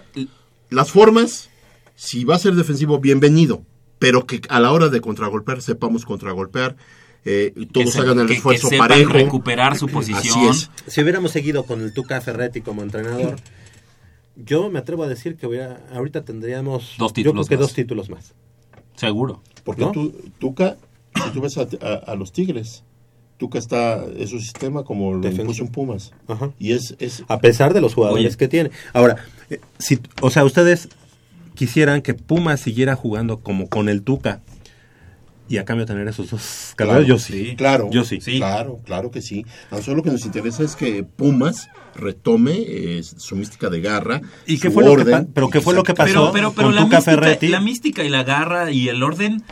Las formas, si va a ser defensivo, bienvenido, pero que a la hora de contragolpear sepamos contragolpear. Eh, y todos se, hagan el que, esfuerzo que parejo, recuperar su posición. Así es. Si hubiéramos seguido con el Tuca Ferretti como entrenador, yo me atrevo a decir que hubiera, ahorita tendríamos dos títulos yo creo que más. dos títulos más. Seguro. Porque ¿no? tú, Tuca, si tú ves a, a, a los Tigres, Tuca está, es un sistema como lo impuso en Pumas. Ajá. Y es, es a pesar de los jugadores Oye. que tiene. Ahora, eh, si, o sea, ustedes quisieran que Pumas siguiera jugando como con el Tuca y a cambio tener esos dos claro, yo sí. Claro, yo sí. sí. Claro, claro que sí. A nosotros lo que nos interesa es que Pumas retome eh, su mística de garra, ¿Y su qué fue orden. Lo que, pero qué fue lo que pasó pero, pero, pero con la Tuca mística, Ferretti? La mística y la garra y el orden,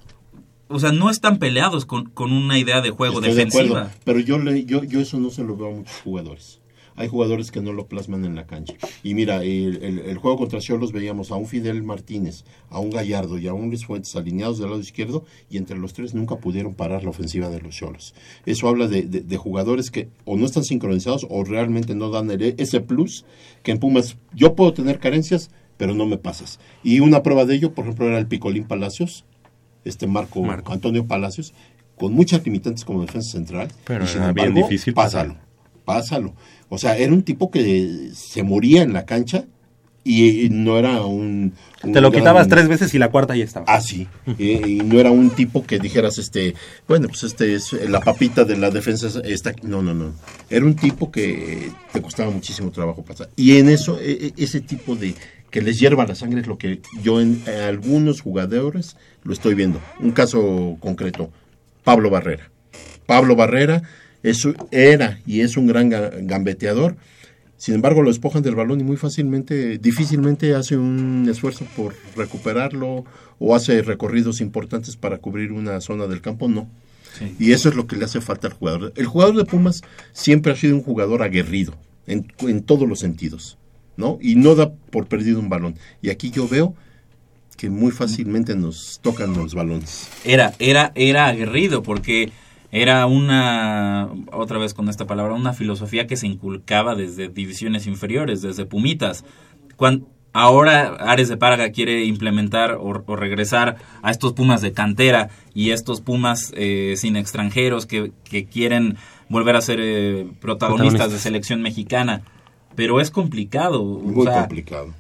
o sea, no están peleados con, con una idea de juego Estoy defensiva. De acuerdo, pero yo, le, yo, yo eso no se lo veo a muchos jugadores. Hay jugadores que no lo plasman en la cancha. Y mira, el, el, el juego contra Xolos veíamos a un Fidel Martínez, a un Gallardo y a un Luis Fuentes alineados del lado izquierdo, y entre los tres nunca pudieron parar la ofensiva de los Xolos. Eso habla de, de, de jugadores que o no están sincronizados o realmente no dan el, ese plus que en Pumas yo puedo tener carencias, pero no me pasas. Y una prueba de ello, por ejemplo, era el Picolín Palacios, este Marco, Marco. Antonio Palacios, con muchas limitantes como defensa central. Pero y sin era embargo, bien difícil. Pásalo, pásalo. O sea, era un tipo que se moría en la cancha y, y no era un... un Te lo gran, quitabas tres veces y la cuarta ya estaba. Ah, sí. y, y no era un tipo que dijeras, este, bueno, pues este es la papita de la defensa. Esta. No, no, no. Era un tipo que te costaba muchísimo trabajo pasar. Y en eso, e, ese tipo de... que les hierva la sangre es lo que yo en, en algunos jugadores lo estoy viendo. Un caso concreto, Pablo Barrera. Pablo Barrera... Eso era y es un gran gambeteador, sin embargo lo despojan del balón y muy fácilmente, difícilmente hace un esfuerzo por recuperarlo o hace recorridos importantes para cubrir una zona del campo, no. Sí. Y eso es lo que le hace falta al jugador. El jugador de Pumas siempre ha sido un jugador aguerrido, en, en todos los sentidos, ¿no? Y no da por perdido un balón. Y aquí yo veo que muy fácilmente nos tocan los balones. Era, era, era aguerrido porque... Era una, otra vez con esta palabra, una filosofía que se inculcaba desde divisiones inferiores, desde Pumitas. Cuando ahora Ares de Parga quiere implementar o, o regresar a estos Pumas de cantera y estos Pumas eh, sin extranjeros que, que quieren volver a ser eh, protagonistas, protagonistas de selección mexicana. Pero es complicado. Muy o sea, complicado.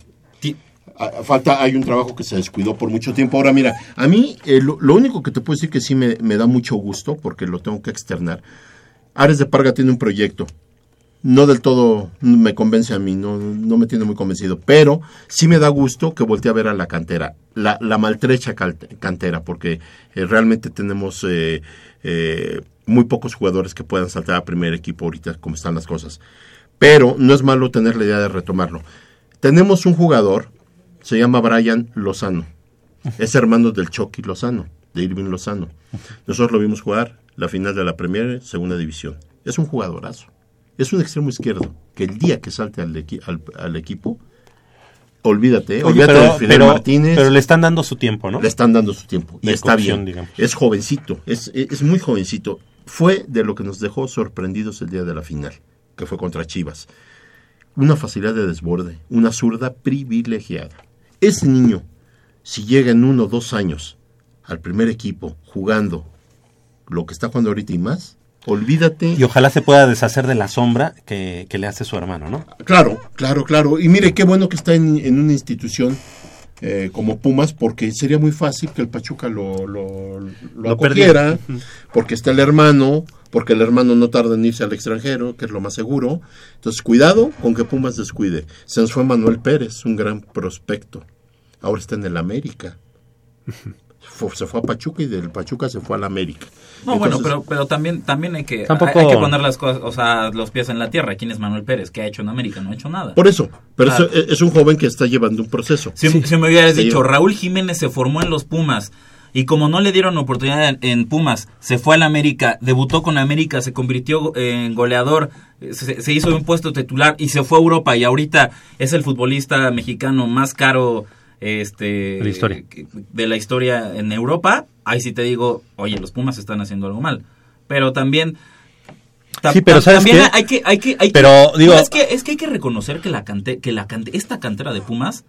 Falta, hay un trabajo que se descuidó por mucho tiempo. Ahora mira, a mí eh, lo, lo único que te puedo decir que sí me, me da mucho gusto, porque lo tengo que externar. Ares de Parga tiene un proyecto, no del todo me convence a mí, no, no me tiene muy convencido, pero sí me da gusto que voltee a ver a la cantera, la, la maltrecha cantera, porque eh, realmente tenemos eh, eh, muy pocos jugadores que puedan saltar a primer equipo ahorita como están las cosas, pero no es malo tener la idea de retomarlo. Tenemos un jugador, se llama Brian Lozano. Es hermano del Chucky Lozano, de Irving Lozano. Nosotros lo vimos jugar la final de la Premier, segunda división. Es un jugadorazo. Es un extremo izquierdo que el día que salte al, equi- al, al equipo, olvídate, Oye, olvídate pero, de Fidel pero, Martínez. Pero le están dando su tiempo, ¿no? Le están dando su tiempo. Y de está cocción, bien. Digamos. Es jovencito, es, es muy jovencito. Fue de lo que nos dejó sorprendidos el día de la final, que fue contra Chivas. Una facilidad de desborde, una zurda privilegiada. Ese niño, si llega en uno o dos años al primer equipo jugando lo que está jugando ahorita y más, olvídate. Y ojalá se pueda deshacer de la sombra que, que le hace su hermano, ¿no? Claro, claro, claro. Y mire, qué bueno que está en, en una institución eh, como Pumas, porque sería muy fácil que el Pachuca lo, lo, lo, lo acogiera, porque está el hermano, porque el hermano no tarda en irse al extranjero, que es lo más seguro. Entonces, cuidado con que Pumas descuide. Se nos fue Manuel Pérez, un gran prospecto. Ahora está en el América. Fue, se fue a Pachuca y del Pachuca se fue al América. No, Entonces, bueno, pero pero también también hay que tampoco... hay, hay que poner las cosas, o sea, los pies en la tierra. ¿Quién es Manuel Pérez? ¿Qué ha hecho en América? No ha hecho nada. Por eso, pero o sea, es, es un joven que está llevando un proceso. Si, sí, si me hubieras dicho, lleva. Raúl Jiménez se formó en los Pumas, y como no le dieron oportunidad en, en Pumas, se fue al América, debutó con América, se convirtió en goleador, se, se hizo de un puesto titular y se fue a Europa y ahorita es el futbolista mexicano más caro este de la historia, de la historia en Europa. Ahí sí te digo, oye, los Pumas están haciendo algo mal, pero también ta, sí, pero ¿sabes también qué? hay que hay que hay pero que, digo no, es que es que hay que reconocer que la cante, que la cante, esta cantera de Pumas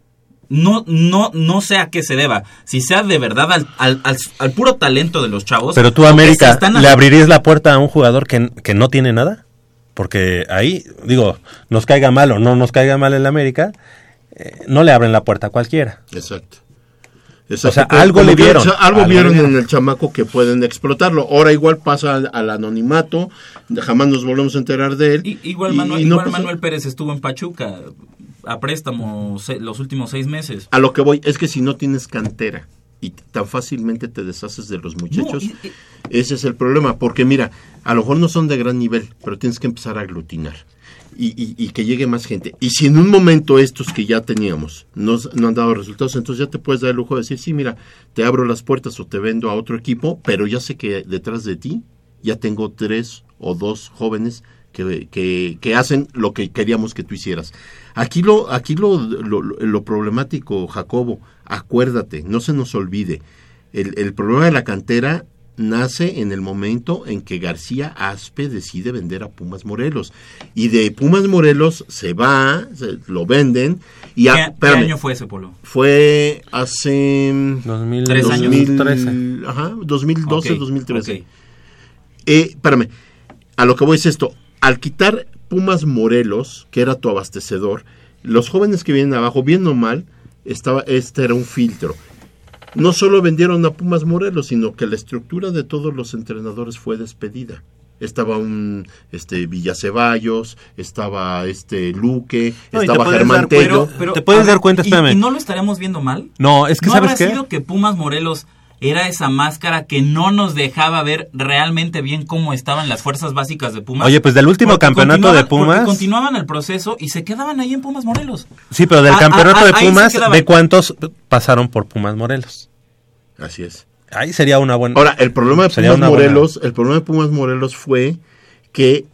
no no no sé a qué se deba, si sea de verdad al, al, al, al puro talento de los chavos. Pero tú, América, ¿le abrirías la puerta a un jugador que, que no tiene nada? Porque ahí, digo, nos caiga mal o no nos caiga mal el América, eh, no le abren la puerta a cualquiera. Exacto. Exacto. O sea, como, algo como le vieron. Que, o sea, algo, algo vieron en el chamaco que pueden explotarlo. Ahora igual pasa al, al anonimato, jamás nos volvemos a enterar de él. Y, igual Manuel, y no igual Manuel Pérez estuvo en Pachuca a préstamo se, los últimos seis meses. A lo que voy es que si no tienes cantera y tan fácilmente te deshaces de los muchachos, no, y, y, ese es el problema. Porque mira, a lo mejor no son de gran nivel, pero tienes que empezar a aglutinar. Y, y, y que llegue más gente. Y si en un momento estos que ya teníamos no, no han dado resultados, entonces ya te puedes dar el lujo de decir, sí, mira, te abro las puertas o te vendo a otro equipo, pero ya sé que detrás de ti ya tengo tres o dos jóvenes que, que, que hacen lo que queríamos que tú hicieras. Aquí lo, aquí lo, lo, lo problemático, Jacobo, acuérdate, no se nos olvide, el, el problema de la cantera nace en el momento en que García Aspe decide vender a Pumas Morelos, y de Pumas Morelos se va, se, lo venden y a, ¿Qué, espérame, ¿Qué año fue ese, Polo? Fue hace dos mil, ¿Tres dos años? mil trece, ajá, dos mil doce, okay, dos mil trece. Okay. Eh, espérame, a lo que voy es esto, al quitar Pumas Morelos, que era tu abastecedor, los jóvenes que vienen abajo, bien o mal, estaba, este era un filtro. No solo vendieron a Pumas Morelos, sino que la estructura de todos los entrenadores fue despedida. Estaba un este Villaceballos, estaba este Luque, no, estaba Germán Tello. Pero, pero, te puedes ver, dar cuenta, espérame. ¿Y, ¿Y no lo estaremos viendo mal? No, es que ¿No ¿sabes habrá qué? sido que Pumas Morelos era esa máscara que no nos dejaba ver realmente bien cómo estaban las fuerzas básicas de Pumas? Oye, pues del último campeonato de Pumas... Porque continuaban el proceso y se quedaban ahí en Pumas Morelos. Sí, pero del a, campeonato a, a, de Pumas, ¿de cuántos pasaron por Pumas Morelos? Así es. Ahí sería una buena... Ahora, el problema de Pumas Morelos, buena... el problema de Pumas Morelos fue que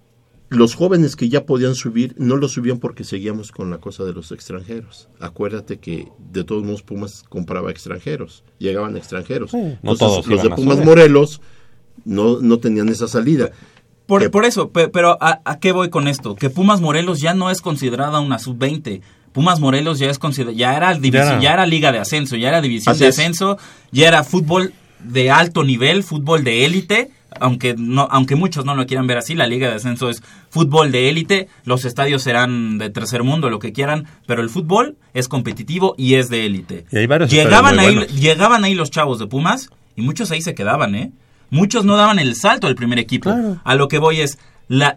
los jóvenes que ya podían subir, no los subían porque seguíamos con la cosa de los extranjeros. Acuérdate que de todos modos Pumas compraba extranjeros, llegaban extranjeros. Sí, no Entonces, todos los de Pumas Morelos no, no tenían esa salida. Por, que, por eso, pero ¿a, ¿a qué voy con esto? Que Pumas Morelos ya no es considerada una sub veinte. Pumas Morelos ya es consider- ya era división, ya era, ya era liga de ascenso, ya era división Así de ascenso, es. ya era fútbol de alto nivel, fútbol de élite, aunque no, aunque muchos no lo quieran ver así, la liga de ascenso es fútbol de élite, los estadios serán de tercer mundo, lo que quieran, pero el fútbol es competitivo y es de élite. Y hay varios llegaban ahí, buenos. llegaban ahí los chavos de Pumas y muchos ahí se quedaban, ¿eh? Muchos no daban el salto al primer equipo. Claro. A lo que voy es la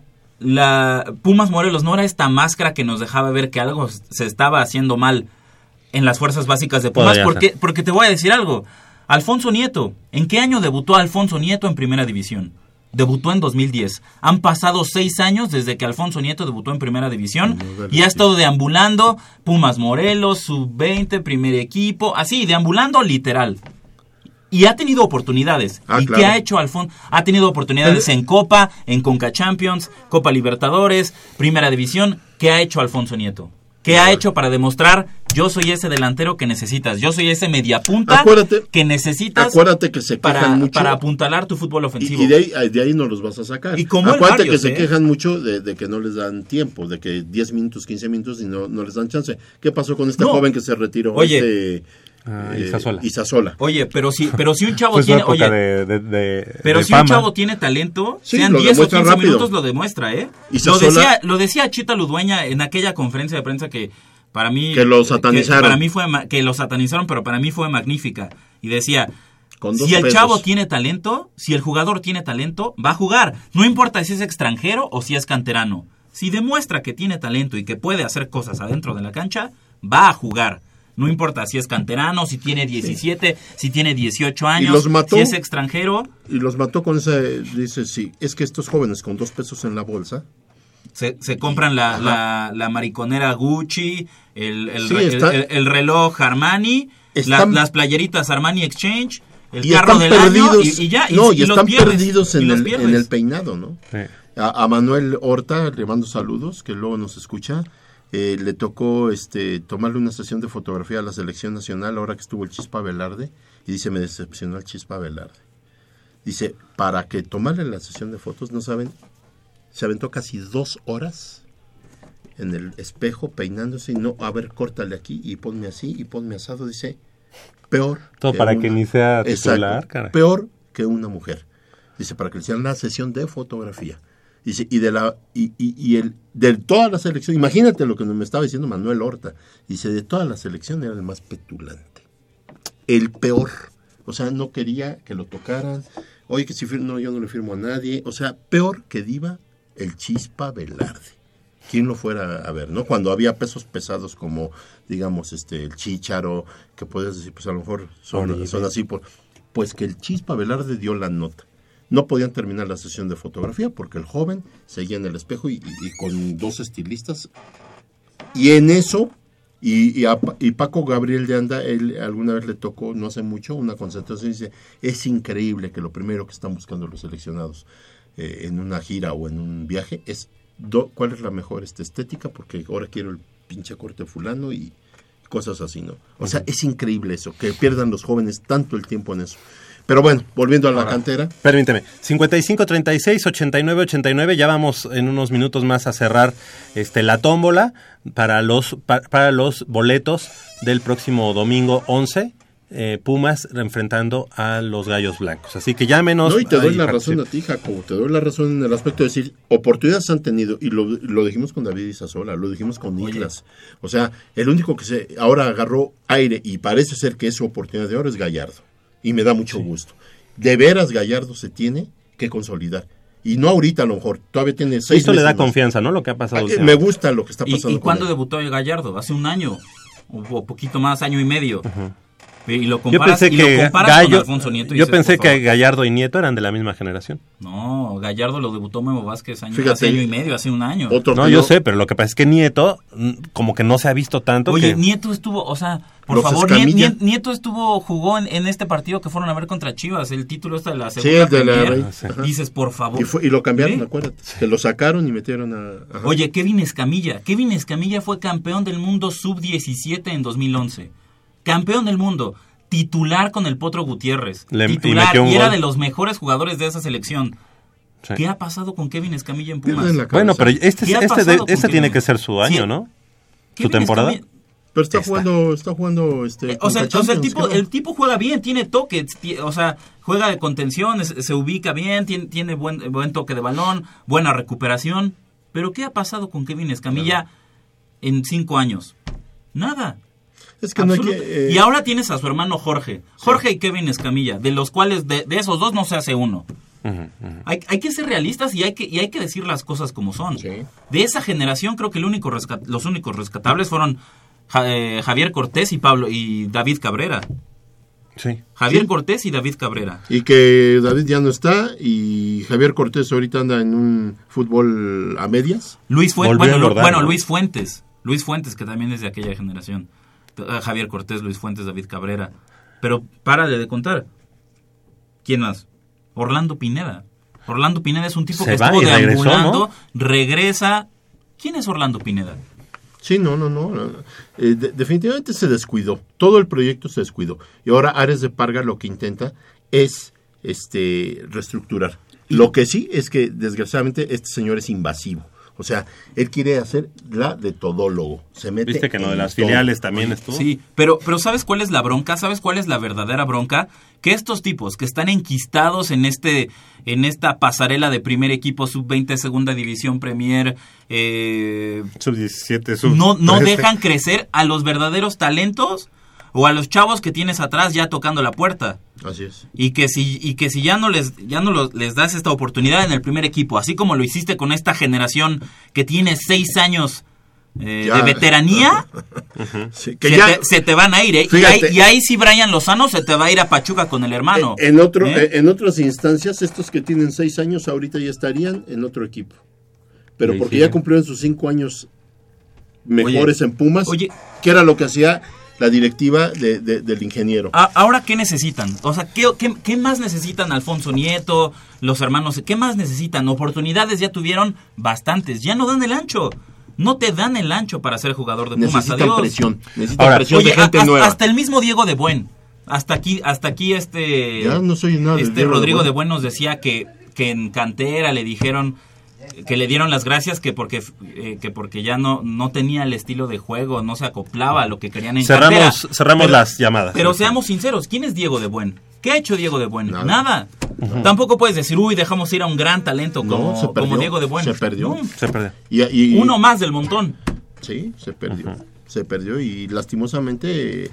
La Pumas Morelos no era esta máscara que nos dejaba ver que algo se estaba haciendo mal en las fuerzas básicas de Pumas, porque, porque te voy a decir algo. Alfonso Nieto, ¿en qué año debutó Alfonso Nieto en Primera División? Debutó en dos mil diez. Han pasado seis años desde que Alfonso Nieto debutó en Primera División y ha estado deambulando Pumas Morelos, sub veinte, primer equipo, así, deambulando literal. Y ha tenido oportunidades. Ah, ¿Y claro. qué ha hecho Alfonso? Ha tenido oportunidades en Copa, en Conca Champions, Copa Libertadores, Primera División. ¿Qué ha hecho Alfonso Nieto? ¿Qué ha hecho para demostrar, yo soy ese delantero que necesitas, yo soy ese mediapunta acuérdate, que necesitas acuérdate que se para, mucho, para apuntalar tu fútbol ofensivo? Y, y de, ahí, de ahí no los vas a sacar. Y como acuérdate varios, que ¿eh? se quejan mucho de, de que no les dan tiempo, de que diez minutos, quince minutos y no, no les dan chance. ¿Qué pasó con este no. joven que se retiró? Oye, este, Ah, eh, Isasola. Isasola. Oye, pero si, pero si un chavo pues tiene, oye, de, de, de, pero de si fama. un chavo tiene talento, sí, sean diez o quince rápido. minutos lo demuestra, ¿eh? Isasola, lo decía, lo decía Chita Ludueña en aquella conferencia de prensa que para mí que lo satanizaron, que para mí fue que lo satanizaron, pero para mí fue magnífica y decía, Con dos si el pesos. chavo tiene talento, si el jugador tiene talento, va a jugar, no importa si es extranjero o si es canterano. Si demuestra que tiene talento y que puede hacer cosas adentro de la cancha, va a jugar. No importa si es canterano, si tiene diecisiete, sí. si tiene dieciocho años, y los mató, si es extranjero. Y los mató con ese, dice, sí, es que estos jóvenes con dos pesos en la bolsa Se, se compran la, la, la mariconera Gucci, el, el, Sí, el, está- el, el reloj Armani, Están- la- las playeritas Armani Exchange, el y carro están del perdidos, año y, y ya. no, y, y los están pierdes, perdidos y en los el, pierdes. en el peinado, ¿no? A, a Manuel Horta le mando saludos, que luego nos escucha. Eh, le tocó este tomarle una sesión de fotografía a la selección nacional ahora que estuvo el Chispa Velarde, y dice, me decepcionó el Chispa Velarde. Dice, para que tomarle la sesión de fotos, no saben, se aventó casi dos horas en el espejo peinándose y no, a ver, córtale aquí y ponme así y ponme asado, dice, peor. Todo para que ni sea titular, Exacto, caray. peor que una mujer. Dice, para que le hicieran la sesión de fotografía. Dice, y de la y, y, y el de toda la selección, imagínate lo que me estaba diciendo Manuel Horta. Dice, de toda la selección era el más petulante. El peor. O sea, no quería que lo tocaran. Oye, que si firmo, no, yo no le firmo a nadie. O sea, peor que Diva, el Chispa Velarde. ¿Quién lo fuera a ver, no? Cuando había pesos pesados como, digamos, este el Chícharo, que puedes decir, pues a lo mejor son, Oribe. son así, por, pues que el Chispa Velarde dio la nota. No podían terminar la sesión de fotografía porque el joven seguía en el espejo y, y- y con dos estilistas. Y en eso, y, y, a Pa- y Paco Gabriel de Anda, él alguna vez le tocó, no hace mucho, una concentración y dice, es increíble que lo primero que están buscando los seleccionados eh, en una gira o en un viaje es do- cuál es la mejor este, estética, porque ahora quiero el pinche corte fulano y cosas así, ¿no? O sea, es increíble eso, que pierdan los jóvenes tanto el tiempo en eso. Pero bueno, volviendo a la cantera. Permíteme, cincuenta y cinco treinta y seis ochenta y nueve ochenta y nueve, ya vamos en unos minutos más a cerrar este la tómbola para los pa- para los boletos del próximo domingo once, eh, Pumas enfrentando a los Gallos Blancos. Así que llámenos. No, y te doy ahí la participen. razón a ti, Jacobo, te doy la razón en el aspecto de decir, oportunidades han tenido, y lo, lo dijimos con David Isasola, lo dijimos con Niklas. O sea, el único que se ahora agarró aire y parece ser que es su oportunidad de oro es Gallardo. Y me da mucho gusto. De veras Gallardo se tiene que consolidar. Y no ahorita a lo mejor, todavía tiene seis Esto le da meses más. confianza, ¿no? Lo que ha pasado. Ah, últimamente. me gusta lo que está ¿Y, pasando y con cuándo él. debutó el Gallardo? Hace un año, o, o poquito más, año y medio. Y lo Yo comparas, pensé y lo que comparas Gallo, con Alfonso Nieto. y yo dices, pensé por que favor. Gallardo y Nieto eran de la misma generación. No, Gallardo lo debutó Memo Vázquez año, Fíjate, hace año y medio, hace un año. No, yo sé, pero lo que pasa es que Nieto mm, como que no se ha visto tanto. Oye, que... Nieto estuvo, o sea, por Los favor, Escamilla. Niet- Niet- Nieto estuvo, jugó en, en este partido que fueron a ver contra Chivas, el título está de la Sí, segunda el de la Premier. Rey. Ajá. Dices, por favor. Y, fue- y lo cambiaron, ¿Sí? acuérdate. Que lo sacaron y metieron a... ajá. Oye, Kevin Escamilla. Kevin Escamilla fue campeón del mundo sub diecisiete en dos mil once. Campeón del mundo. Titular con el Potro Gutiérrez. Le- y titular. metió un Y era gol. de los mejores jugadores de esa selección. Sí. ¿Qué ha pasado con Kevin Escamilla en Pumas? Pierden la Bueno, pero este, ¿Qué ha este, pasado de- con este tiene Kevin? que ser su año, Sí. ¿no? Su Kevin temporada. Escamilla- Pero está jugando, está jugando este. Eh, O sea, Conca o sea, el, Champions, tipo, ¿qué va? el tipo juega bien, tiene toque, ti- o sea, juega de contención, es- se ubica bien, tiene, tiene buen, buen toque de balón, buena recuperación. Pero ¿qué ha pasado con Kevin Escamilla en cinco años? Nada. Es que no hay Absoluto. que, eh, Y ahora tienes a su hermano Jorge. Jorge y Kevin Escamilla, de los cuales, de, de esos dos no se hace uno. Hay, hay que ser realistas y hay que, y hay que decir las cosas como son. De esa generación creo que el único rescat- los únicos rescatables fueron Ja- eh, Javier Cortés y Pablo y David Cabrera. Sí. Javier Sí. Cortés y David Cabrera. Y que David ya no está y Javier Cortés ahorita anda en un fútbol a medias. Luis Fuentes, Volvió bueno, a Lu- engordar, bueno, ¿no? Luis Fuentes. Luis Fuentes, que también es de aquella generación. Eh, Javier Cortés, Luis Fuentes, David Cabrera. Pero párale de contar. ¿Quién más? Orlando Pineda. Orlando Pineda es un tipo Se que va estuvo y regresó, deambulando, ¿no? regresa. ¿Quién es Orlando Pineda? Sí, no, no, no. no. Eh, de- definitivamente se descuidó. Todo el proyecto se descuidó. Y ahora Ares de Parga lo que intenta es este reestructurar. Lo que sí es que desgraciadamente este señor es invasivo. O sea, él quiere hacer la de todólogo. Se mete Viste que en lo de en las todo. filiales también estuvo. Sí, pero, pero ¿sabes cuál es la bronca? ¿Sabes cuál es la verdadera bronca? Que estos tipos que están enquistados en este en esta pasarela de primer equipo, sub veinte, segunda división, Premier, eh, sub diecisiete, sub no, no trece. dejan crecer a los verdaderos talentos o a los chavos que tienes atrás ya tocando la puerta. Así es. Y que si y que si ya no les ya no lo- les das esta oportunidad en el primer equipo, así como lo hiciste con esta generación que tiene seis años eh, Ya. de veteranía, Sí, que se, ya- te, se te van a ir, ¿eh? Y Fíjate. ahí, y ahí sí Brian Lozano se te va a ir a Pachuca con el hermano. En otro, ¿Eh? eh, en otras instancias, estos que tienen seis años ahorita ya estarían en otro equipo. pero Sí, porque sí. ya cumplió en sus cinco años mejores Oye, en Pumas, oye. que era lo que hacía la directiva de, de, del ingeniero. A- Ahora, ¿qué necesitan? O sea, ¿qué, qué, ¿qué más necesitan Alfonso Nieto, los hermanos? ¿Qué más necesitan? Oportunidades ya tuvieron bastantes. Ya no dan el ancho. No te dan el ancho para ser jugador de Pumas. Necesitan Adiós. presión. Necesitan Ahora, presión oye, de gente a- nueva. hasta el mismo Diego de Buen. Hasta aquí, hasta aquí este, Ya no soy nada del este Diego de Rodrigo Buen. de Buen nos decía que, que en cantera le dijeron que le dieron las gracias que porque eh, que porque ya no no tenía el estilo de juego, no se acoplaba a lo que querían en Cerramos- cantera. cerramos las llamadas. Pero Sí. seamos sinceros, ¿quién es Diego de Buen? ¿Qué ha hecho Diego de Buen? Nada. Nada. Ujú. Tampoco puedes decir, uy, dejamos ir a un gran talento como, No, se perdió, como Diego de Buen. se perdió. No. Se perdió. Y- y- Uno más del montón. Sí, se perdió. Se perdió y lastimosamente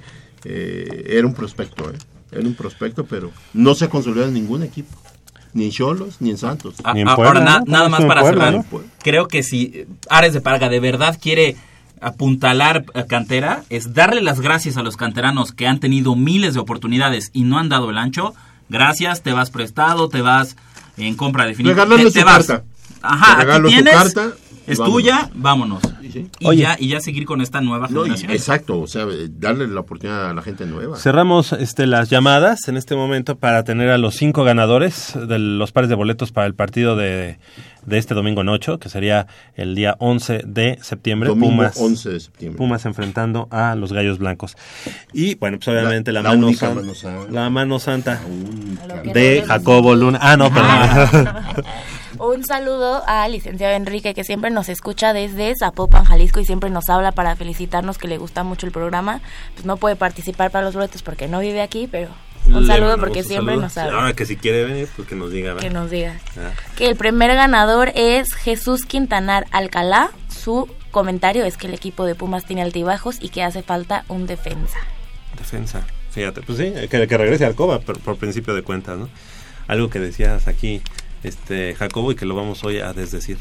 eh, era un prospecto, ¿eh? Era un prospecto, pero no se ha consolidado en ningún equipo. Ni en Xolos, ni en Santos. A- a- ahora na- nada más para cerrar. Creo que si Ares de Parga de verdad quiere apuntalar a cantera, es darle las gracias a los canteranos que han tenido miles de oportunidades y no han dado el ancho. Gracias, te vas prestado, te vas en compra definitiva. Regalarle te, te su vas. carta. Ajá, Te regalo aquí su tienes, carta y es vámonos. tuya, vámonos. Y, Oye. ya, y ya seguir con esta nueva No, y- generación. exacto, o sea, darle la oportunidad a la gente nueva. Cerramos este, las llamadas en este momento para tener a los cinco ganadores de los pares de boletos para el partido de, de este domingo en ocho, que sería el día once de septiembre. Domingo Pumas, once de septiembre. Pumas enfrentando a los Gallos Blancos. Y bueno, pues obviamente la, La- la mano, única san- mano santa. la mano santa que de no Jacobo Luna. Ah, no, perdón. Un saludo al licenciado Enrique, que siempre nos escucha desde Zapopan, Jalisco, y siempre nos habla para felicitarnos, que le gusta mucho el programa. Pues no puede participar para los boletos porque no vive aquí, pero un Le saludo mandamos porque un siempre saludo. nos habla. Ahora que si quiere venir, pues que nos diga. Que ¿verdad? nos diga. Ah. Que el primer ganador es Jesús Quintanar Alcalá. Su comentario es que el equipo de Pumas tiene altibajos y que hace falta un defensa. Defensa, fíjate, pues sí, que, que regrese al Coba por, por principio de cuentas, ¿no? Algo que decías aquí, este Jacobo, y que lo vamos hoy a desdecir.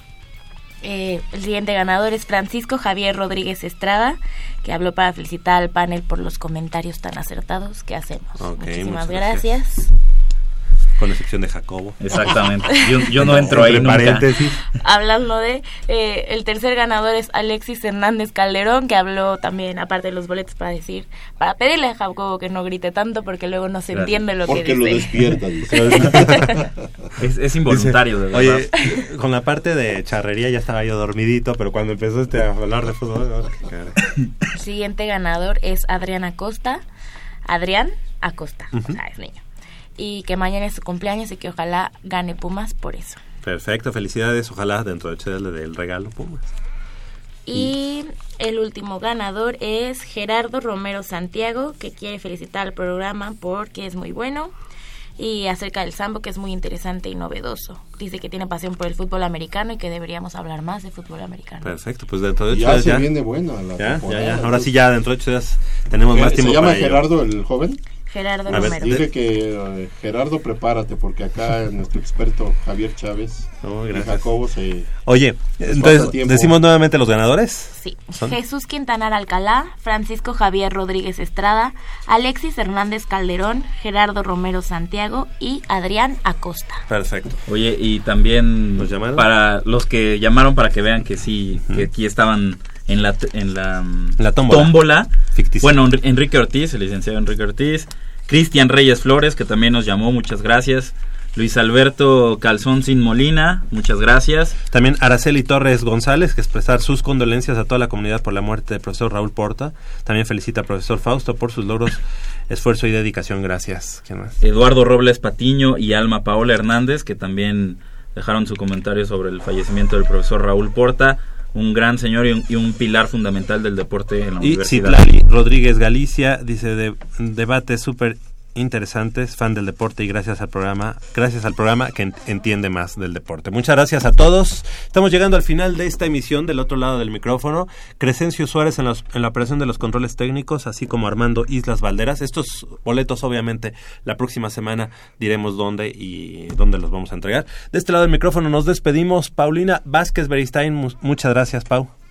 Eh, el siguiente ganador es Francisco Javier Rodríguez Estrada, que habló para felicitar al panel por los comentarios tan acertados que hacemos. Ok, Muchísimas muchas gracias. gracias. Con excepción de Jacobo. Exactamente. Yo, yo no entro ahí Entre nunca. paréntesis. Hablando de, eh, el tercer ganador es Alexis Hernández Calderón, que habló también, aparte de los boletos, para decir, para pedirle a Jacobo que no grite tanto porque luego no se Gracias. entiende lo Porque que lo dice. despierta, dice. Es, es involuntario, de verdad. Oye, con la parte de charrería ya estaba yo dormidito, pero cuando empezó este a hablar de fútbol, oh, qué cara. El siguiente ganador es Adrián Acosta. Adrián Acosta, Ujú. o sea, es niño. Y que mañana es su cumpleaños y que ojalá gane Pumas por eso. Perfecto, felicidades, ojalá dentro de ocho días le dé el regalo Pumas. Y el último ganador es Gerardo Romero Santiago, que quiere felicitar al programa porque es muy bueno. Y acerca del sambo, que es muy interesante y novedoso. Dice que tiene pasión por el fútbol americano y que deberíamos hablar más de fútbol americano. Perfecto, pues dentro de ocho Ya días se ya. viene buena la ya, ya, temporada. ya. Ahora sí ya dentro de ocho días tenemos más ¿Se tiempo llama para ello. Gerardo el joven? Gerardo A ver, Romero. Dile que eh, Gerardo, prepárate, porque acá nuestro experto Javier Chávez Oh, y gracias. Jacobo se... Oye, les entonces, falta tiempo. ¿decimos nuevamente los ganadores? Sí. ¿Son? Jesús Quintanar Alcalá, Francisco Javier Rodríguez Estrada, Alexis Hernández Calderón, Gerardo Romero Santiago y Adrián Acosta. Perfecto. Oye, y también ¿Los llamaron? para los que llamaron para que vean que sí, que aquí estaban en la en la, mm, La tómbola. Ficticia. Bueno, Enri- Enrique Ortiz, el licenciado Enrique Ortiz, Cristian Reyes Flores, que también nos llamó, muchas gracias. Luis Alberto Calzón Sin Molina, muchas gracias. También Araceli Torres González, que expresar sus condolencias a toda la comunidad por la muerte del profesor Raúl Porta. También felicita al profesor Fausto por sus logros, esfuerzo y dedicación. Gracias. ¿Quién más? Eduardo Robles Patiño y Alma Paola Hernández, que también dejaron su comentario sobre el fallecimiento del profesor Raúl Porta, un gran señor y un, y un pilar fundamental del deporte en la Y universidad. Citlali Rodríguez Galicia dice de debate súper interesantes, fan del deporte y gracias al programa, gracias al programa que en- entiende más del deporte. Muchas gracias a todos. Estamos llegando al final de esta emisión. Del otro lado del micrófono, Crescencio Suárez en, los, en la operación de los controles técnicos, así como Armando Islas Valderas. Estos boletos, obviamente, la próxima semana diremos dónde y dónde los vamos a entregar. De este lado del micrófono nos despedimos. Paulina Vázquez Beristain, mu- muchas gracias, Pau.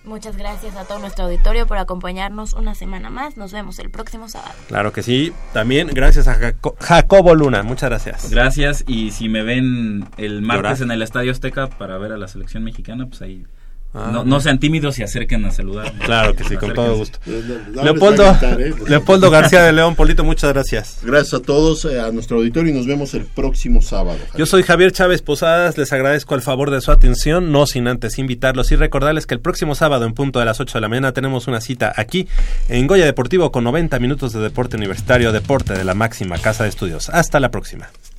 Muchas gracias a todo nuestro auditorio por acompañarnos una semana más. Nos vemos el próximo sábado. Claro que sí. También gracias a Jaco- Jacobo Luna. Muchas gracias. Gracias. Y si me ven el martes Llorar. en el Estadio Azteca para ver a la selección mexicana, pues ahí... Ah, no, no sean tímidos y acerquen a saludar. Claro que sí, con todo gusto. No, no Leopoldo, les va a gritar, ¿eh? Leopoldo García de León, Polito, muchas gracias. Gracias a todos, eh, a nuestro auditorio, y nos vemos el próximo sábado. Yo soy Javier Chávez Posadas, les agradezco el favor de su atención, no sin antes invitarlos y recordarles que el próximo sábado en punto de las ocho de la mañana tenemos una cita aquí en Goya Deportivo con noventa minutos de deporte universitario, deporte de la máxima casa de estudios. Hasta la próxima.